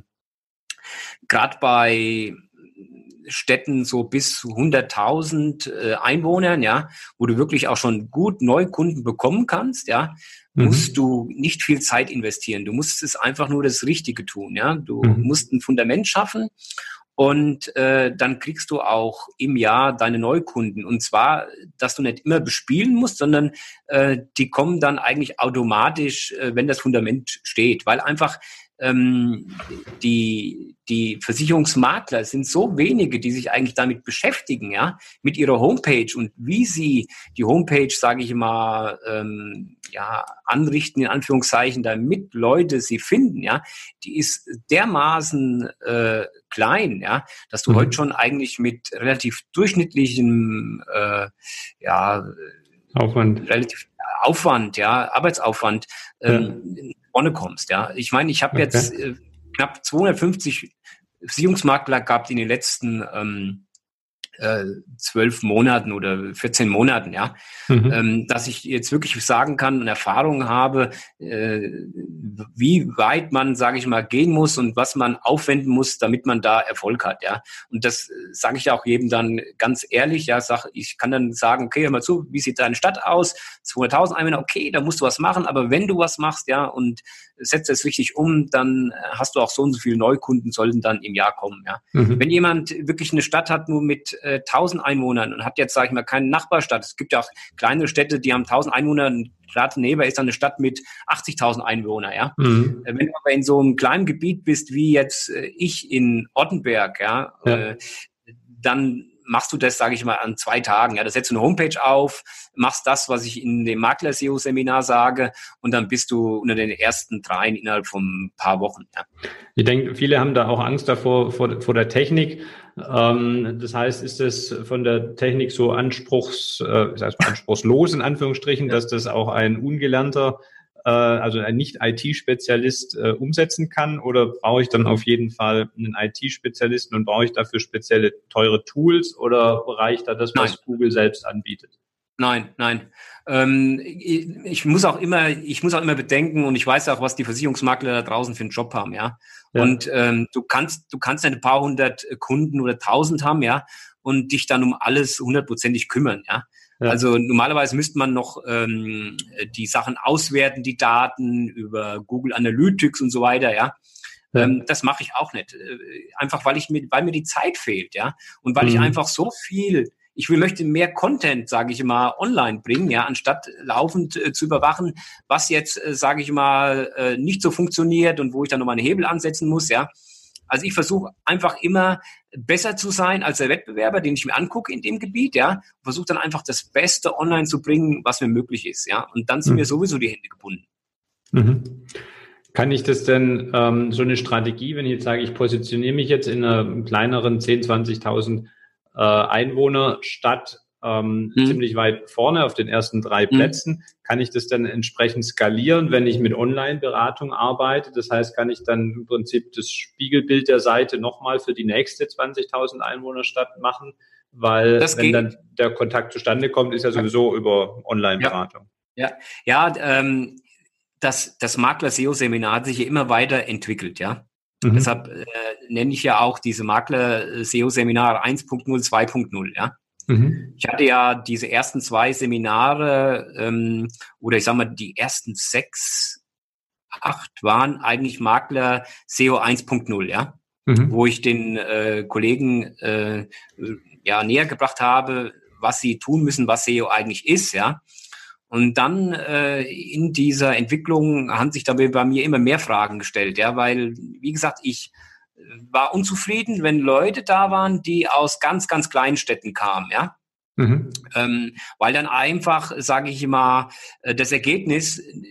gerade bei Städten so bis zu hunderttausend äh, Einwohnern, ja, wo du wirklich auch schon gut Neukunden bekommen kannst, ja, mhm. musst du nicht viel Zeit investieren. Du musst es einfach nur das Richtige tun, ja. Du mhm. musst ein Fundament schaffen und äh, dann kriegst du auch im Jahr deine Neukunden. Und zwar, dass du nicht immer bespielen musst, sondern äh, die kommen dann eigentlich automatisch, äh, wenn das Fundament steht, weil einfach Ähm, die, die Versicherungsmakler sind so wenige, die sich eigentlich damit beschäftigen, ja, mit ihrer Homepage und wie sie die Homepage, sage ich mal, ähm, ja, anrichten, in Anführungszeichen, damit Leute sie finden, ja, die ist dermaßen äh, klein, ja, dass du mhm. heute schon eigentlich mit relativ durchschnittlichem, äh, ja, Aufwand, relativ Aufwand, ja, Arbeitsaufwand, ähm, ja. vorne kommst, ja. Ich meine, ich habe okay. jetzt äh, knapp zweihundertfünfzig Versicherungsmakler gehabt in den letzten ähm, äh, zwölf Monaten oder vierzehn Monaten, ja, mhm. ähm, dass ich jetzt wirklich sagen kann und Erfahrung habe, äh, wie weit man, sage ich mal, gehen muss und was man aufwenden muss, damit man da Erfolg hat, ja. Und das äh, sage ich auch jedem dann ganz ehrlich, ja, sag, ich kann dann sagen, okay, hör mal zu, wie sieht deine Stadt aus? zweihunderttausend Einwohner, okay, da musst du was machen, aber wenn du was machst, ja, und setzt es richtig um, dann hast du auch so und so viele Neukunden, sollten dann im Jahr kommen, ja. Mhm. Wenn jemand wirklich eine Stadt hat, nur mit äh, tausend Einwohnern und hat jetzt, sage ich mal, keine Nachbarstadt, es gibt ja auch kleinere Städte, die haben tausend Einwohner, gerade Neber ist dann eine Stadt mit achtzigtausend Einwohnern, ja. Mhm. Wenn du aber in so einem kleinen Gebiet bist, wie jetzt äh, ich in Ottenberg, ja, ja. Äh, dann machst du das, sage ich mal, an zwei Tagen. Ja, da setzt du eine Homepage auf, machst das, was ich in dem Makler-S E O-Seminar sage, und dann bist du unter den ersten dreien innerhalb von ein paar Wochen. Ja. Ich denke, viele haben da auch Angst davor, vor, vor der Technik. Ähm, das heißt, ist es von der Technik so anspruchs, äh, ich sag mal, anspruchslos in Anführungsstrichen, ja. dass das auch ein ungelernter, äh, also ein Nicht-I T-Spezialist äh, umsetzen kann? Oder brauche ich dann auf jeden Fall einen I T-Spezialisten und brauche ich dafür spezielle teure Tools, oder reicht da das, was Nein. Google selbst anbietet? Nein, nein. Ähm, ich, ich muss auch immer, ich muss auch immer bedenken, und ich weiß auch, was die Versicherungsmakler da draußen für einen Job haben, ja. ja. Und ähm, du kannst, du kannst ein paar hundert Kunden oder tausend haben, ja, und dich dann um alles hundertprozentig kümmern, ja. Ja. Also normalerweise müsste man noch ähm, die Sachen auswerten, die Daten über Google Analytics und so weiter, ja. ja. Ähm, das mache ich auch nicht, einfach weil ich mir, weil mir die Zeit fehlt, ja, und weil mhm. ich einfach so viel, ich will, möchte mehr Content, sage ich mal, online bringen, ja, anstatt laufend äh, zu überwachen, was jetzt, äh, sage ich mal, äh, nicht so funktioniert und wo ich dann nochmal einen Hebel ansetzen muss, ja. Also ich versuche einfach immer besser zu sein als der Wettbewerber, den ich mir angucke in dem Gebiet, ja. Versuche dann einfach das Beste online zu bringen, was mir möglich ist, ja. Und dann sind mhm. mir sowieso die Hände gebunden. Mhm. Kann ich das denn, ähm, so eine Strategie, wenn ich jetzt sage, ich positioniere mich jetzt in einer kleineren zehntausend, zwanzigtausend äh, Einwohnerstadt ähm, mhm. ziemlich weit vorne auf den ersten drei Plätzen, mhm. kann ich das dann entsprechend skalieren, wenn ich mit Online-Beratung arbeite? Das heißt, kann ich dann im Prinzip das Spiegelbild der Seite nochmal für die nächste zwanzigtausend Einwohnerstadt machen? Weil das wenn geht. Dann der Kontakt zustande kommt, ist ja sowieso ja. über Online-Beratung. Ja, ja, ja ähm, das, das Makler-S E O-Seminar hat sich ja immer weiter entwickelt, ja. Mhm. Deshalb äh, nenne ich ja auch diese Makler-S E O-Seminar eins Punkt null, zwei Punkt null, ja. Mhm. Ich hatte ja diese ersten zwei Seminare, ähm, oder ich sag mal, die ersten sechs, acht waren eigentlich Makler-S E O eins Punkt null, ja. Mhm. Wo ich den äh, Kollegen äh, ja näher gebracht habe, was sie tun müssen, was S E O eigentlich ist, ja. Und dann äh, in dieser Entwicklung haben sich dabei bei mir immer mehr Fragen gestellt, ja, weil, wie gesagt, ich war unzufrieden, wenn Leute da waren, die aus ganz, ganz kleinen Städten kamen, ja. Mhm. Ähm, weil dann einfach, sage ich mal, das Ergebnis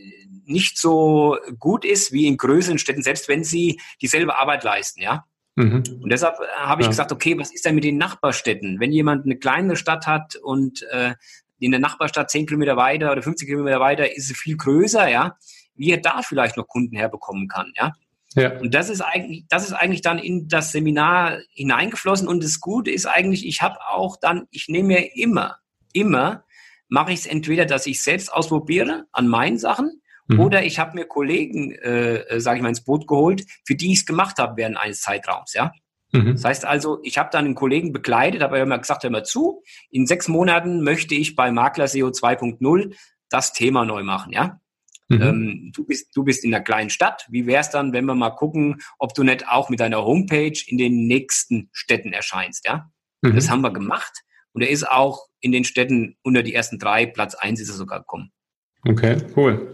nicht so gut ist wie in größeren Städten, selbst wenn sie dieselbe Arbeit leisten, ja. Mhm. Und deshalb habe ich ja. gesagt, okay, was ist denn mit den Nachbarstädten? Wenn jemand eine kleinere Stadt hat und äh, in der Nachbarstadt zehn Kilometer weiter oder fünfzig Kilometer weiter ist sie viel größer, ja, wie er da vielleicht noch Kunden herbekommen kann, ja. Ja. Und das ist eigentlich, das ist eigentlich dann in das Seminar hineingeflossen. Und das Gute ist eigentlich, ich habe auch dann, ich nehme mir immer, immer, mache ich es entweder, dass ich selbst ausprobiere an meinen Sachen, mhm. oder ich habe mir Kollegen, äh, sage ich mal, ins Boot geholt, für die ich es gemacht habe während eines Zeitraums, ja. Mhm. Das heißt also, ich habe dann einen Kollegen begleitet, habe immer gesagt, hör mal zu, in sechs Monaten möchte ich bei Makler S E O zwei Punkt null das Thema neu machen, ja. Mhm. Ähm, du bist, du bist in einer kleinen Stadt. Wie wär's dann, wenn wir mal gucken, ob du nicht auch mit deiner Homepage in den nächsten Städten erscheinst, ja? Mhm. Das haben wir gemacht. Und er ist auch in den Städten unter die ersten drei, Platz eins ist er sogar gekommen. Okay, cool.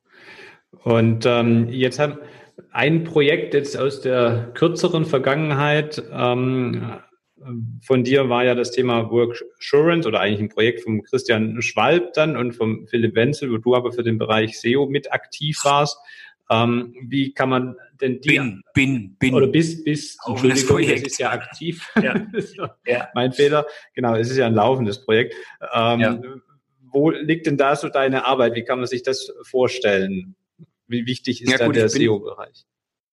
Und ähm, jetzt haben ein Projekt jetzt aus der kürzeren Vergangenheit ähm, von dir war ja das Thema Worksurance oder eigentlich ein Projekt vom Christian Schwalb dann und vom Philipp Wenzel, wo du aber für den Bereich S E O mit aktiv warst. Ähm, wie kann man denn die... Bin, bin, bin. Oder bis, bis, Entschuldigung, das ist ja aktiv. Ja. Ja. Mein Fehler. Genau, es ist ja ein laufendes Projekt. Ähm, ja. Wo liegt denn da so deine Arbeit? Wie kann man sich das vorstellen? Wie wichtig ist ja, da gut, der S E O-Bereich?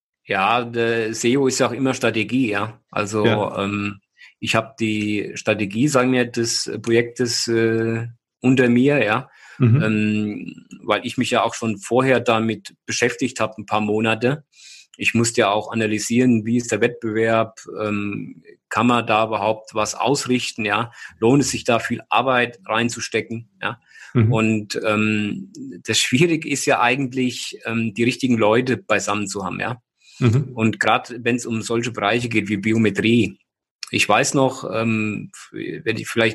Ja, der S E O ist ja auch immer Strategie, ja. Also, ja. Ähm, ich habe die Strategie, sagen wir, des Projektes äh, unter mir, ja, mhm. ähm, weil ich mich ja auch schon vorher damit beschäftigt habe, ein paar Monate. Ich musste ja auch analysieren, wie ist der Wettbewerb, ähm, kann man da überhaupt was ausrichten, ja, lohnt es sich da viel Arbeit reinzustecken, ja. Mhm. Und ähm, das Schwierige ist ja eigentlich, ähm, die richtigen Leute beisammen zu haben, ja. Mhm. Und gerade wenn es um solche Bereiche geht wie Biometrie, ich weiß noch, ähm, wenn ich vielleicht,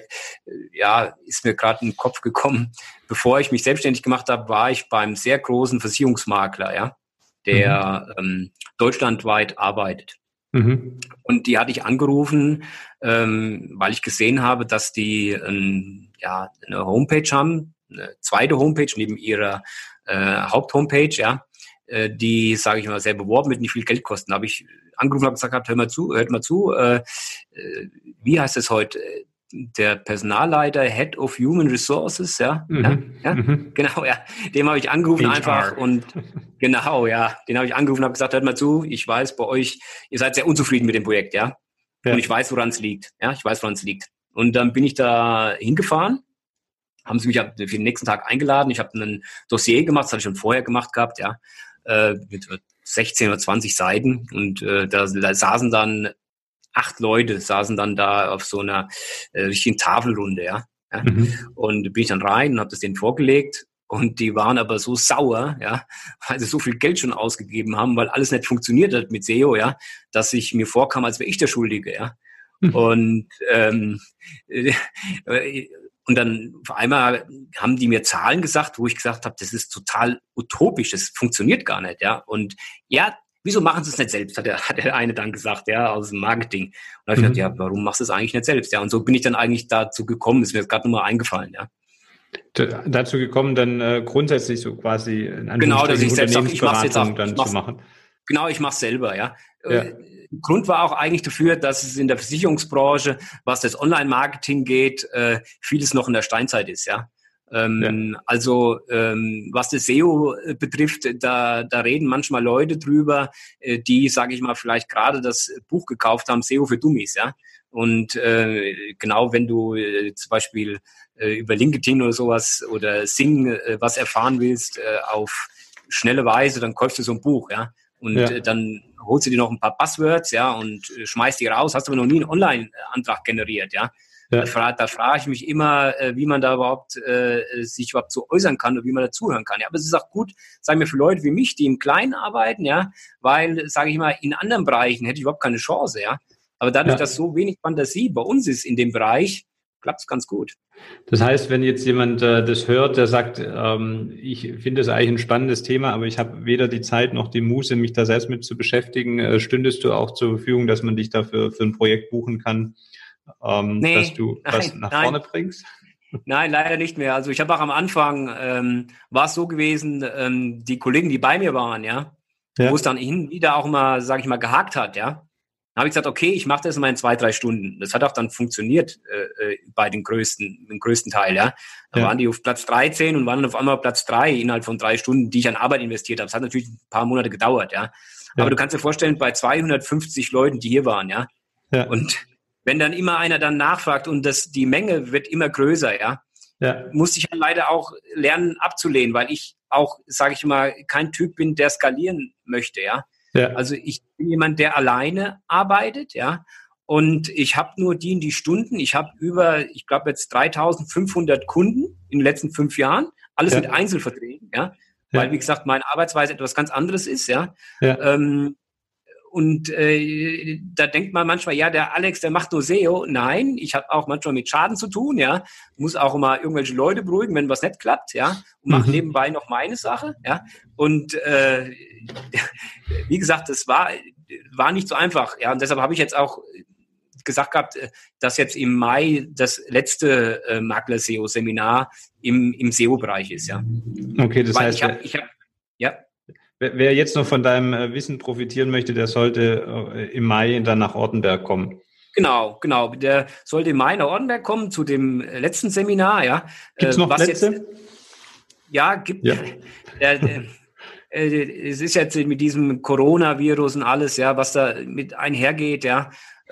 ja, ist mir gerade in den Kopf gekommen, bevor ich mich selbstständig gemacht habe, war ich beim sehr großen Versicherungsmakler, ja, der mhm. ähm, deutschlandweit arbeitet. Mhm. Und die hatte ich angerufen, ähm, weil ich gesehen habe, dass die ähm, ja, eine Homepage haben, eine zweite Homepage neben ihrer äh, Haupthomepage, ja, äh, die, sage ich mal, sehr beworben wird, nicht viel Geld kosten. Da habe ich angerufen und gesagt, hört mal zu, hört mal zu, äh, äh, wie heißt es heute? Der Personalleiter, Head of Human Resources, ja, mhm. ja, ja? Mhm. Genau, ja, dem habe ich angerufen H R. Einfach und genau, ja, den habe ich angerufen und habe gesagt, hört mal zu, ich weiß bei euch, ihr seid sehr unzufrieden mit dem Projekt, ja, ja. Und ich weiß, woran es liegt, ja, ich weiß, woran es liegt. Und dann bin ich da hingefahren, haben sie mich für den nächsten Tag eingeladen, ich habe ein Dossier gemacht, das hatte ich schon vorher gemacht gehabt, ja, äh, mit sechzehn oder zwanzig Seiten und äh, da, da saßen dann acht Leute, saßen dann da auf so einer äh, richtigen Tafelrunde, ja. ja? Mhm. Und bin ich dann rein und habe das denen vorgelegt und die waren aber so sauer, ja, weil sie so viel Geld schon ausgegeben haben, weil alles nicht funktioniert hat mit S E O, ja, dass ich mir vorkam, als wäre ich der Schuldige, ja. Mhm. Und ähm, äh, und dann auf einmal haben die mir Zahlen gesagt, wo ich gesagt habe, das ist total utopisch, das funktioniert gar nicht, ja. Und ja, wieso machen sie es nicht selbst, hat der, hat der eine dann gesagt, ja, aus dem Marketing. Und da habe ich mhm. gedacht, ja, warum machst du es eigentlich nicht selbst? Ja, und so bin ich dann eigentlich dazu gekommen, ist mir jetzt gerade nochmal eingefallen, ja. Dazu gekommen, dann äh, grundsätzlich so quasi in genau, dass ich selbst sage, ich mache jetzt auch, dann zu machen. Genau, ich mache es selber, ja. ja. Grund war auch eigentlich dafür, dass es in der Versicherungsbranche, was das Online-Marketing geht, äh, vieles noch in der Steinzeit ist, ja. Ähm, ja. Also ähm, was das S E O betrifft, da, da reden manchmal Leute drüber, äh, die, sage ich mal, vielleicht gerade das Buch gekauft haben, S E O für Dummies, ja. Und äh, genau, wenn du äh, zum Beispiel äh, über LinkedIn oder sowas oder Sing äh, was erfahren willst äh, auf schnelle Weise, dann kaufst du so ein Buch, ja. Und ja. äh, dann holst du dir noch ein paar Passwords, ja, und äh, schmeißt die raus, hast aber noch nie einen Online-Antrag generiert, ja. Ja. Da, fra- da frage ich mich immer, äh, wie man da überhaupt äh, sich überhaupt so äußern kann und wie man dazuhören kann. Ja, aber es ist auch gut, sagen wir, für Leute wie mich, die im Kleinen arbeiten, ja, weil, sage ich mal, in anderen Bereichen hätte ich überhaupt keine Chance, ja. Aber dadurch, ja. dass so wenig Fantasie bei uns ist in dem Bereich, klappt es ganz gut. Das heißt, wenn jetzt jemand äh, das hört, der sagt, ähm, ich finde das eigentlich ein spannendes Thema, aber ich habe weder die Zeit noch die Muße, mich da selbst mit zu beschäftigen, äh, stündest du auch zur Verfügung, dass man dich dafür für ein Projekt buchen kann, ähm, nee, dass du was nein, nach vorne nein. bringst? Nein, leider nicht mehr. Also ich habe auch am Anfang, ähm, war es so gewesen, ähm, die Kollegen, die bei mir waren, ja, ja. wo es dann hin wieder auch mal, sage ich mal, gehakt hat, ja, dann habe ich gesagt, okay, ich mache das mal in zwei, drei Stunden. Das hat auch dann funktioniert äh, bei den größten, den größten Teil, ja. Da ja. waren die auf Platz dreizehn und waren dann auf einmal auf Platz drei innerhalb von drei Stunden, die ich an Arbeit investiert habe. Das hat natürlich ein paar Monate gedauert, ja. Aber ja. du kannst dir vorstellen, bei zweihundertfünfzig Leuten, die hier waren, ja. ja. Und wenn dann immer einer dann nachfragt und das, die Menge wird immer größer, ja, ja. musste ich halt leider auch lernen abzulehnen, weil ich auch, sage ich mal, kein Typ bin, der skalieren möchte, ja. ja. Also ich bin jemand, der alleine arbeitet, ja, und ich habe nur die in die Stunden. Ich habe über, ich glaube jetzt dreitausendfünfhundert Kunden in den letzten fünf Jahren, alles ja. mit Einzelverträgen, ja, ja, weil wie gesagt meine Arbeitsweise etwas ganz anderes ist, ja. ja. Ähm, Und äh, da denkt man manchmal, ja, der Alex, der macht nur S E O. Nein, ich habe auch manchmal mit Schaden zu tun, ja. Muss auch immer irgendwelche Leute beruhigen, wenn was nicht klappt, ja. Und mache mhm. nebenbei noch meine Sache, ja. Und äh, wie gesagt, das war war nicht so einfach, ja. Und deshalb habe ich jetzt auch gesagt gehabt, dass jetzt im Mai das letzte äh, Makler-S E O-Seminar im im S E O-Bereich ist, ja. Okay, das Weil heißt, ich habe, ich hab, ja. Wer jetzt noch von deinem Wissen profitieren möchte, der sollte im Mai dann nach Ortenberg kommen. Genau, genau. Der sollte im Mai nach Ortenberg kommen zu dem letzten Seminar. Ja. Gibt es noch was Plätze? Jetzt, ja, gibt. Ja. Der, der, es ist jetzt mit diesem Coronavirus und alles, ja, was da mit einhergeht. Ja.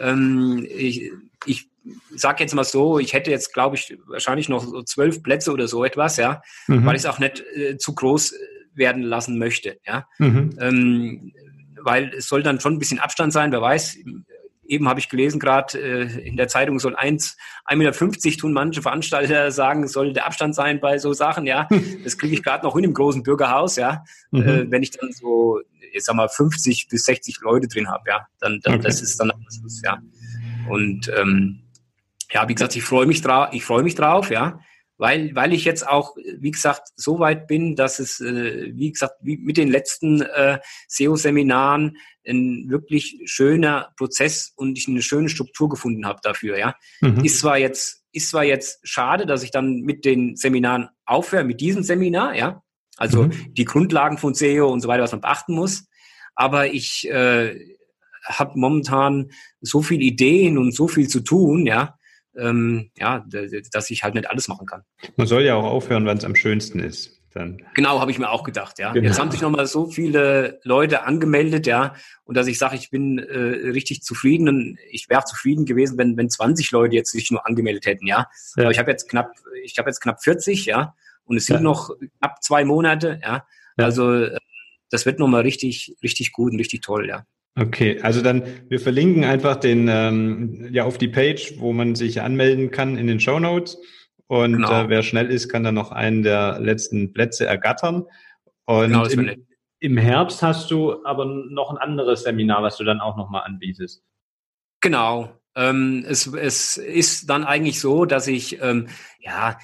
Ich, ich sage jetzt mal so, ich hätte jetzt, glaube ich, wahrscheinlich noch so zwölf Plätze oder so etwas, ja, mhm. weil ich es auch nicht äh, zu groß werden lassen möchte, ja, mhm. ähm, weil es soll dann schon ein bisschen Abstand sein, wer weiß, eben habe ich gelesen gerade äh, in der Zeitung soll eins, ein Meter fünfzig tun manche Veranstalter sagen, soll der Abstand sein bei so Sachen, ja, das kriege ich gerade noch hin im großen Bürgerhaus, ja, mhm. äh, wenn ich dann so, ich sag mal, fünfzig bis sechzig Leute drin habe, ja, dann, dann okay. das ist dann alles, ja, und ähm, ja, wie gesagt, ich freue mich drauf, ich freue mich drauf, ja, Weil, weil ich jetzt auch, wie gesagt, so weit bin, dass es, äh, wie gesagt, wie mit den letzten äh, S E O-Seminaren ein wirklich schöner Prozess und ich eine schöne Struktur gefunden habe dafür. Ja, mhm. ist zwar jetzt, ist zwar jetzt schade, dass ich dann mit den Seminaren aufhöre, mit diesem Seminar, ja, also mhm. die Grundlagen von S E O und so weiter, was man beachten muss. Aber ich äh, habe momentan so viele Ideen und so viel zu tun, ja. Ähm, ja, dass ich halt nicht alles machen kann. Man soll ja auch aufhören, wenn es am schönsten ist. Dann. Genau, habe ich mir auch gedacht, ja. Genau. Jetzt haben sich nochmal so viele Leute angemeldet, ja, und dass ich sage, ich bin äh, richtig zufrieden und ich wäre zufrieden gewesen, wenn wenn zwanzig Leute jetzt sich nur angemeldet hätten, ja. ja. Aber ich habe jetzt knapp, ich habe jetzt knapp vierzig, ja, und es sind ja. noch knapp zwei Monate, ja. ja. Also äh, das wird nochmal richtig, richtig gut und richtig toll, ja. Okay, also dann, wir verlinken einfach den ähm, ja auf die Page, wo man sich anmelden kann in den Shownotes und genau. äh, wer schnell ist, kann dann noch einen der letzten Plätze ergattern. Und genau, im, im Herbst hast du aber noch ein anderes Seminar, was du dann auch nochmal anbietest. Genau, ähm, es, es ist dann eigentlich so, dass ich, ähm, ja,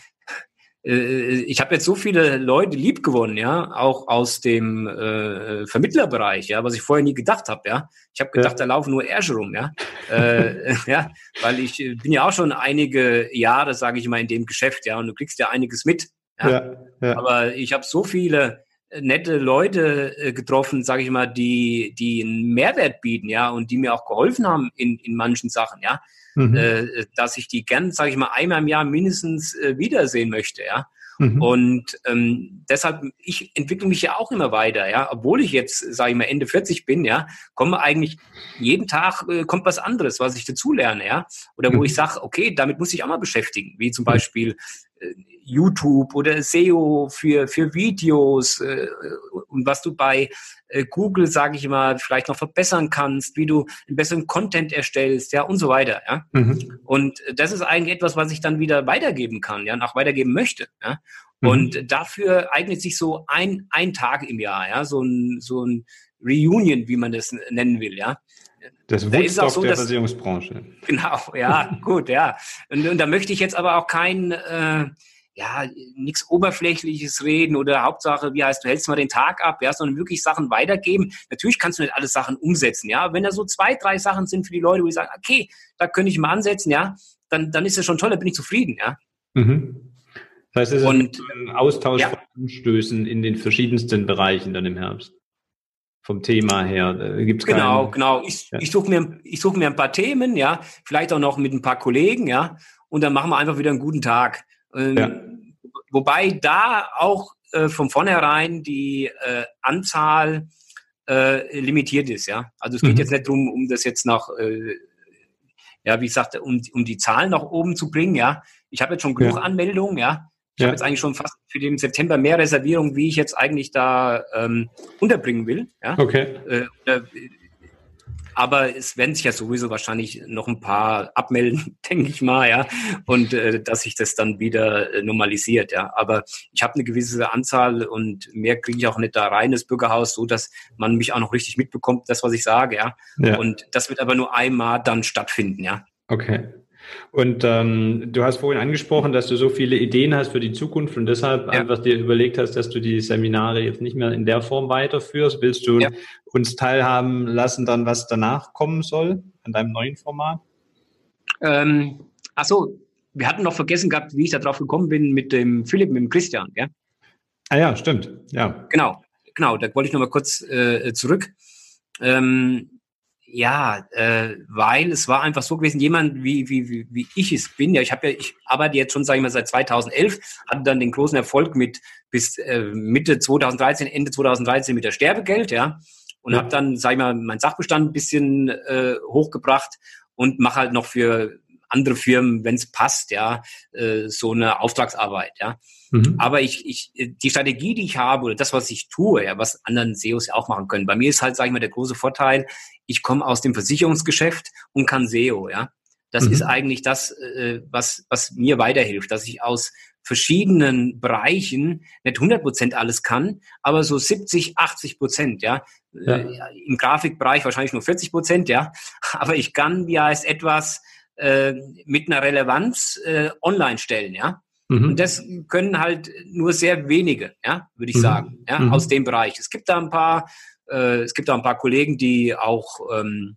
ich habe jetzt so viele Leute liebgewonnen, ja, auch aus dem äh, Vermittlerbereich, ja, was ich vorher nie gedacht habe, ja. Ich habe gedacht, ja. da laufen nur Ärsche rum, ja, äh, ja, weil ich bin ja auch schon einige Jahre, sage ich mal, in dem Geschäft, ja, und du kriegst ja einiges mit, ja. ja, ja. Aber ich habe so viele nette Leute äh, getroffen, sage ich mal, die die einen Mehrwert bieten, ja, und die mir auch geholfen haben in in manchen Sachen, ja. Mhm. Äh, dass ich die gern, sage ich mal, einmal im Jahr mindestens äh, wiedersehen möchte, ja. Mhm. Und ähm, deshalb, ich entwickle mich ja auch immer weiter, ja. Obwohl ich jetzt, sage ich mal, Ende vierzig bin, ja, komme eigentlich jeden Tag äh, kommt was anderes, was ich dazulerne, ja. Oder wo mhm. ich sage, okay, damit muss ich auch mal beschäftigen, wie zum Beispiel äh, YouTube oder S E O für für Videos äh, und was du bei äh, Google, sage ich mal, vielleicht noch verbessern kannst, wie du einen besseren Content erstellst, ja, und so weiter, ja. Mhm. Und das ist eigentlich etwas, was ich dann wieder weitergeben kann, ja, und auch weitergeben möchte, ja. Mhm. Und dafür eignet sich so ein ein Tag im Jahr, ja, so ein so ein Reunion, wie man das nennen will, ja. Das Woodstock so, der dass, Versicherungsbranche. Genau, ja, gut, ja. Und, und da möchte ich jetzt aber auch kein äh, ja, nichts Oberflächliches reden oder Hauptsache, wie heißt, du hältst mal den Tag ab, ja, sondern wirklich Sachen weitergeben. Natürlich kannst du nicht alle Sachen umsetzen, ja, aber wenn da so zwei, drei Sachen sind für die Leute, wo ich sage, okay, da könnte ich mal ansetzen, ja, dann, dann ist das schon toll, da bin ich zufrieden, ja. Mhm. Das heißt, es ist Und, ein Austausch ja. von Anstößen in den verschiedensten Bereichen dann im Herbst. Vom Thema her gibt's Genau, keinen, genau. Ich, ja. ich suche mir, ich suche mir ein paar Themen, ja, vielleicht auch noch mit ein paar Kollegen, ja, und dann machen wir einfach wieder einen guten Tag. Ähm, Ja. Wobei da auch äh, von vornherein die äh, Anzahl äh, limitiert ist, ja. Also es geht Mhm. jetzt nicht darum, um das jetzt nach, äh, ja, wie gesagt, um, um die Zahlen nach oben zu bringen, ja. Ich habe jetzt schon genug Ja. Anmeldungen, ja. Ich Ja. habe jetzt eigentlich schon fast für den September mehr Reservierungen, wie ich jetzt eigentlich da ähm, unterbringen will, ja. Okay. Äh, äh, aber es werden sich ja sowieso wahrscheinlich noch ein paar abmelden, denke ich mal, ja, und äh, dass sich das dann wieder äh, normalisiert, ja. Aber ich habe eine gewisse Anzahl und mehr kriege ich auch nicht da rein, das Bürgerhaus, so dass man mich auch noch richtig mitbekommt, das, was ich sage, ja. Ja. Und das wird aber nur einmal dann stattfinden, ja. Okay. Und ähm, du hast vorhin angesprochen, dass du so viele Ideen hast für die Zukunft und deshalb Ja. einfach dir überlegt hast, dass du die Seminare jetzt nicht mehr in der Form weiterführst. Willst du Ja. uns teilhaben lassen, dann was danach kommen soll an deinem neuen Format? Ähm, ach so, wir hatten noch vergessen gehabt, wie ich da drauf gekommen bin mit dem Philipp, mit dem Christian, gell? Ah ja, stimmt. Ja. Genau, genau, da wollte ich noch mal kurz äh, zurück. Ähm, ja, äh, weil es war einfach so gewesen, jemand wie wie wie, wie ich es bin. Ja, ich habe ja, ich arbeite jetzt schon, sage ich mal, seit zweitausendelf, hatte dann den großen Erfolg mit bis äh, Mitte zweitausenddreizehn, Ende zweitausenddreizehn mit der Sterbegeld, ja, und Ja. habe dann, sage ich mal, meinen Sachbestand ein bisschen äh, hochgebracht und mache halt noch für andere Firmen, wenn es passt, ja, äh, so eine Auftragsarbeit, ja. Mhm. Aber ich, ich, die Strategie, die ich habe oder das, was ich tue, ja, was anderen S E Os ja auch machen können. Bei mir ist halt, sage ich mal, der große Vorteil, ich komme aus dem Versicherungsgeschäft und kann S E O, ja. Das Mhm. ist eigentlich das, äh, was, was mir weiterhilft, dass ich aus verschiedenen Bereichen nicht hundert Prozent alles kann, aber so siebzig, achtzig Prozent, ja. Ja. Äh, Im Grafikbereich wahrscheinlich nur vierzig Prozent, ja. Aber ich kann, wie heißt, etwas äh, mit einer Relevanz äh, online stellen, ja. Mhm. Und das können halt nur sehr wenige, ja, würde ich Mhm. sagen, ja, Mhm. aus dem Bereich. Es gibt da ein paar, äh, es gibt da ein paar Kollegen, die auch ähm,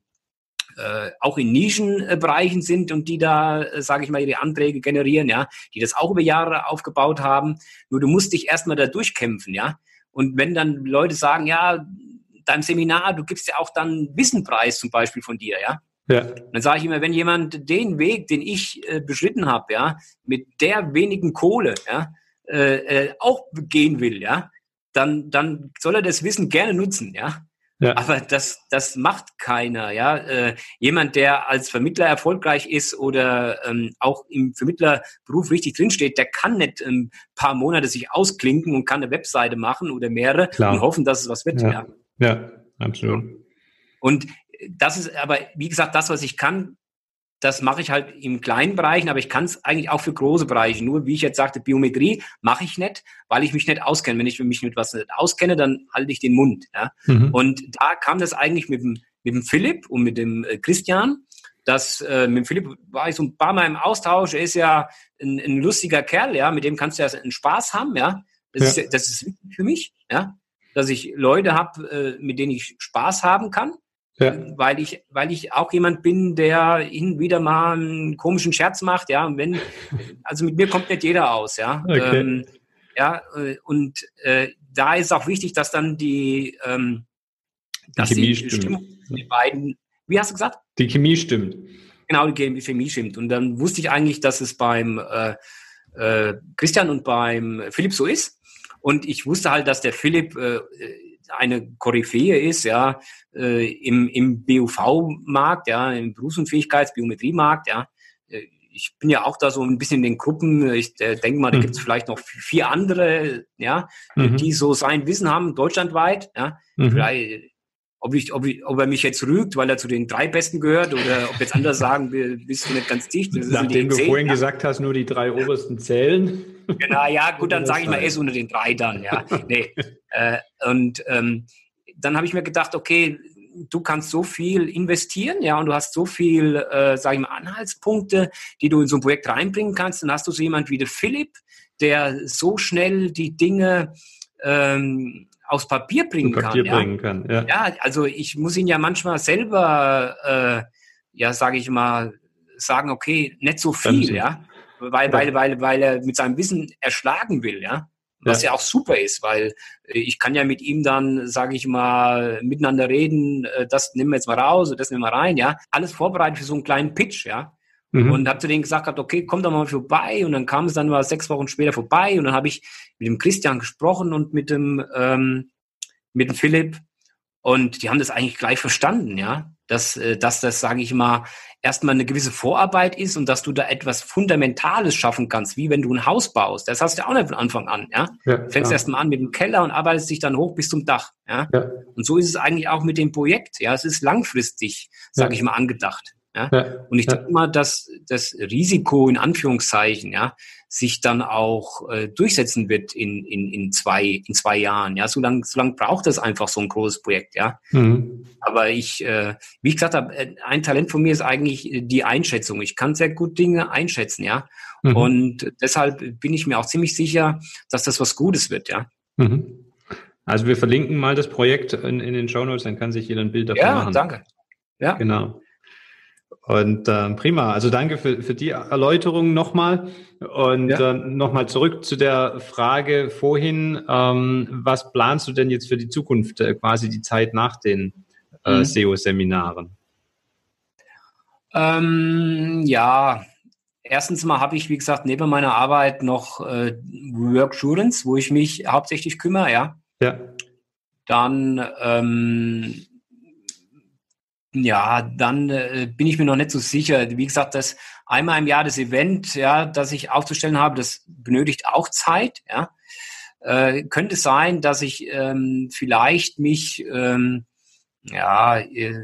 äh, auch in Nischenbereichen sind und die da, äh, sage ich mal, ihre Anträge generieren, ja, die das auch über Jahre aufgebaut haben. Nur du musst dich erstmal da durchkämpfen, ja. Und wenn dann Leute sagen, ja, dein Seminar, du gibst ja auch dann Wissenpreis zum Beispiel von dir, ja. Ja. Dann sage ich immer, wenn jemand den Weg, den ich äh, beschritten habe, ja, mit der wenigen Kohle, ja, äh, äh, auch gehen will, ja, dann dann soll er das Wissen gerne nutzen, ja. Ja. Aber das das macht keiner, ja. Äh, jemand, der als Vermittler erfolgreich ist oder ähm, auch im Vermittlerberuf richtig drinsteht, der kann nicht ein paar Monate sich ausklinken und kann eine Webseite machen oder mehrere Klar. und hoffen, dass es was wird, Ja. ja. Ja, absolut. Und das ist aber, wie gesagt, das, was ich kann, das mache ich halt in kleinen Bereichen, aber ich kann es eigentlich auch für große Bereiche. Nur, wie ich jetzt sagte, Biometrie mache ich nicht, weil ich mich nicht auskenne. Wenn ich mich mit was nicht auskenne, dann halte ich den Mund. Ja? Mhm. Und da kam das eigentlich mit dem, mit dem Philipp und mit dem äh, Christian. Das, äh, mit dem Philipp war ich so ein paar Mal im Austausch. Er ist ja ein, ein lustiger Kerl, ja, mit dem kannst du ja einen Spaß haben, ja. Das, Ja. Ist, das ist wichtig für mich, ja, dass ich Leute habe, äh, mit denen ich Spaß haben kann. Ja. Weil ich, weil ich auch jemand bin, der hin und wieder mal einen komischen Scherz macht, ja. Und wenn, also mit mir kommt nicht jeder aus, ja. Okay. Ähm, ja, äh, und äh, da ist auch wichtig, dass dann die, ähm, dass Die Chemie die stimmt. Stimmung die beiden, wie hast du gesagt? Die Chemie stimmt. Genau, die Chemie stimmt. Und dann wusste ich eigentlich, dass es beim äh, äh, Christian und beim Philipp so ist. Und ich wusste halt, dass der Philipp äh, eine Koryphäe ist, ja, äh, im, im B U V-Markt, ja, im Berufsunfähigkeits-Biometrie-Markt, ja. Äh, Ich bin ja auch da so ein bisschen in den Gruppen. Ich äh, denke mal, da Mhm. gibt es vielleicht noch vier andere, ja, Mhm. die so sein Wissen haben, deutschlandweit, ja. Mhm. Vielleicht, ob, ich, ob, ich, ob er mich jetzt rügt, weil er zu den drei Besten gehört, oder ob jetzt andere sagen, wir bist du nicht ganz dicht. Das ist in Nachdem den du zehn, vorhin ja. gesagt hast, nur die drei obersten zählen. Genau, ja, gut, dann Das sage ich mal, er heißt. ist unter den drei dann, ja. Nee. äh, und ähm, dann habe ich mir gedacht, okay, du kannst so viel investieren, ja, und du hast so viel, äh, sage ich mal, Anhaltspunkte, die du in so ein Projekt reinbringen kannst. Dann hast du so jemand wie der Philipp, der so schnell die Dinge ähm, aufs Papier bringen Zu Papier kann. bringen kann. Ja. Ja, also ich muss ihn ja manchmal selber, äh, ja, sage ich mal, sagen, okay, nicht so viel, Bremsen. ja. weil, ja. weil, weil, weil er mit seinem Wissen erschlagen will, ja. Was ja. ja auch super ist, weil ich kann ja mit ihm dann, sage ich mal, miteinander reden, das nehmen wir jetzt mal raus und das nehmen wir rein, ja. Alles vorbereitet für so einen kleinen Pitch, ja. Mhm. Und habe zu denen gesagt, okay, komm doch mal vorbei. Und dann kam es dann mal sechs Wochen später vorbei und dann habe ich mit dem Christian gesprochen und mit dem, ähm, mit dem Philipp. Und die haben das eigentlich gleich verstanden, ja, dass, dass das, sage ich mal, erstmal eine gewisse Vorarbeit ist und dass du da etwas Fundamentales schaffen kannst, wie wenn du ein Haus baust. Das hast du ja auch nicht von Anfang an, ja. ja du fängst erstmal an mit dem Keller und arbeitest dich dann hoch bis zum Dach, ja. ja. Und so ist es eigentlich auch mit dem Projekt, ja. Es ist langfristig, sage ja. ich mal, angedacht. Ja? Ja, und ich denke ja. mal, dass das Risiko in Anführungszeichen ja sich dann auch äh, durchsetzen wird in in in zwei in zwei Jahren. Ja, so lang so lang braucht es einfach so ein großes Projekt. Ja, mhm. aber ich, äh, wie ich gesagt habe, ein Talent von mir ist eigentlich die Einschätzung. Ich kann sehr gut Dinge einschätzen. Ja, mhm. und deshalb bin ich mir auch ziemlich sicher, dass das was Gutes wird. Ja. Mhm. Also wir verlinken mal das Projekt in, in den Shownotes, dann kann sich jeder ein Bild davon ja, machen. Ja, danke. Ja, genau. Und äh, prima, also danke für, für die Erläuterung nochmal. Und ja. äh, nochmal zurück zu der Frage vorhin, ähm, was planst du denn jetzt für die Zukunft, äh, quasi die Zeit nach den äh, mhm. S E O-Seminaren? Ähm, ja, erstens mal habe ich, wie gesagt, neben meiner Arbeit noch äh, Worksurance, wo ich mich hauptsächlich kümmere, ja. Ja. Dann ähm, Ja, dann äh, bin ich mir noch nicht so sicher. Wie gesagt, das einmal im Jahr das Event, ja, das ich aufzustellen habe, das benötigt auch Zeit. Ja, äh, könnte sein, dass ich ähm, vielleicht mich ähm, ja äh,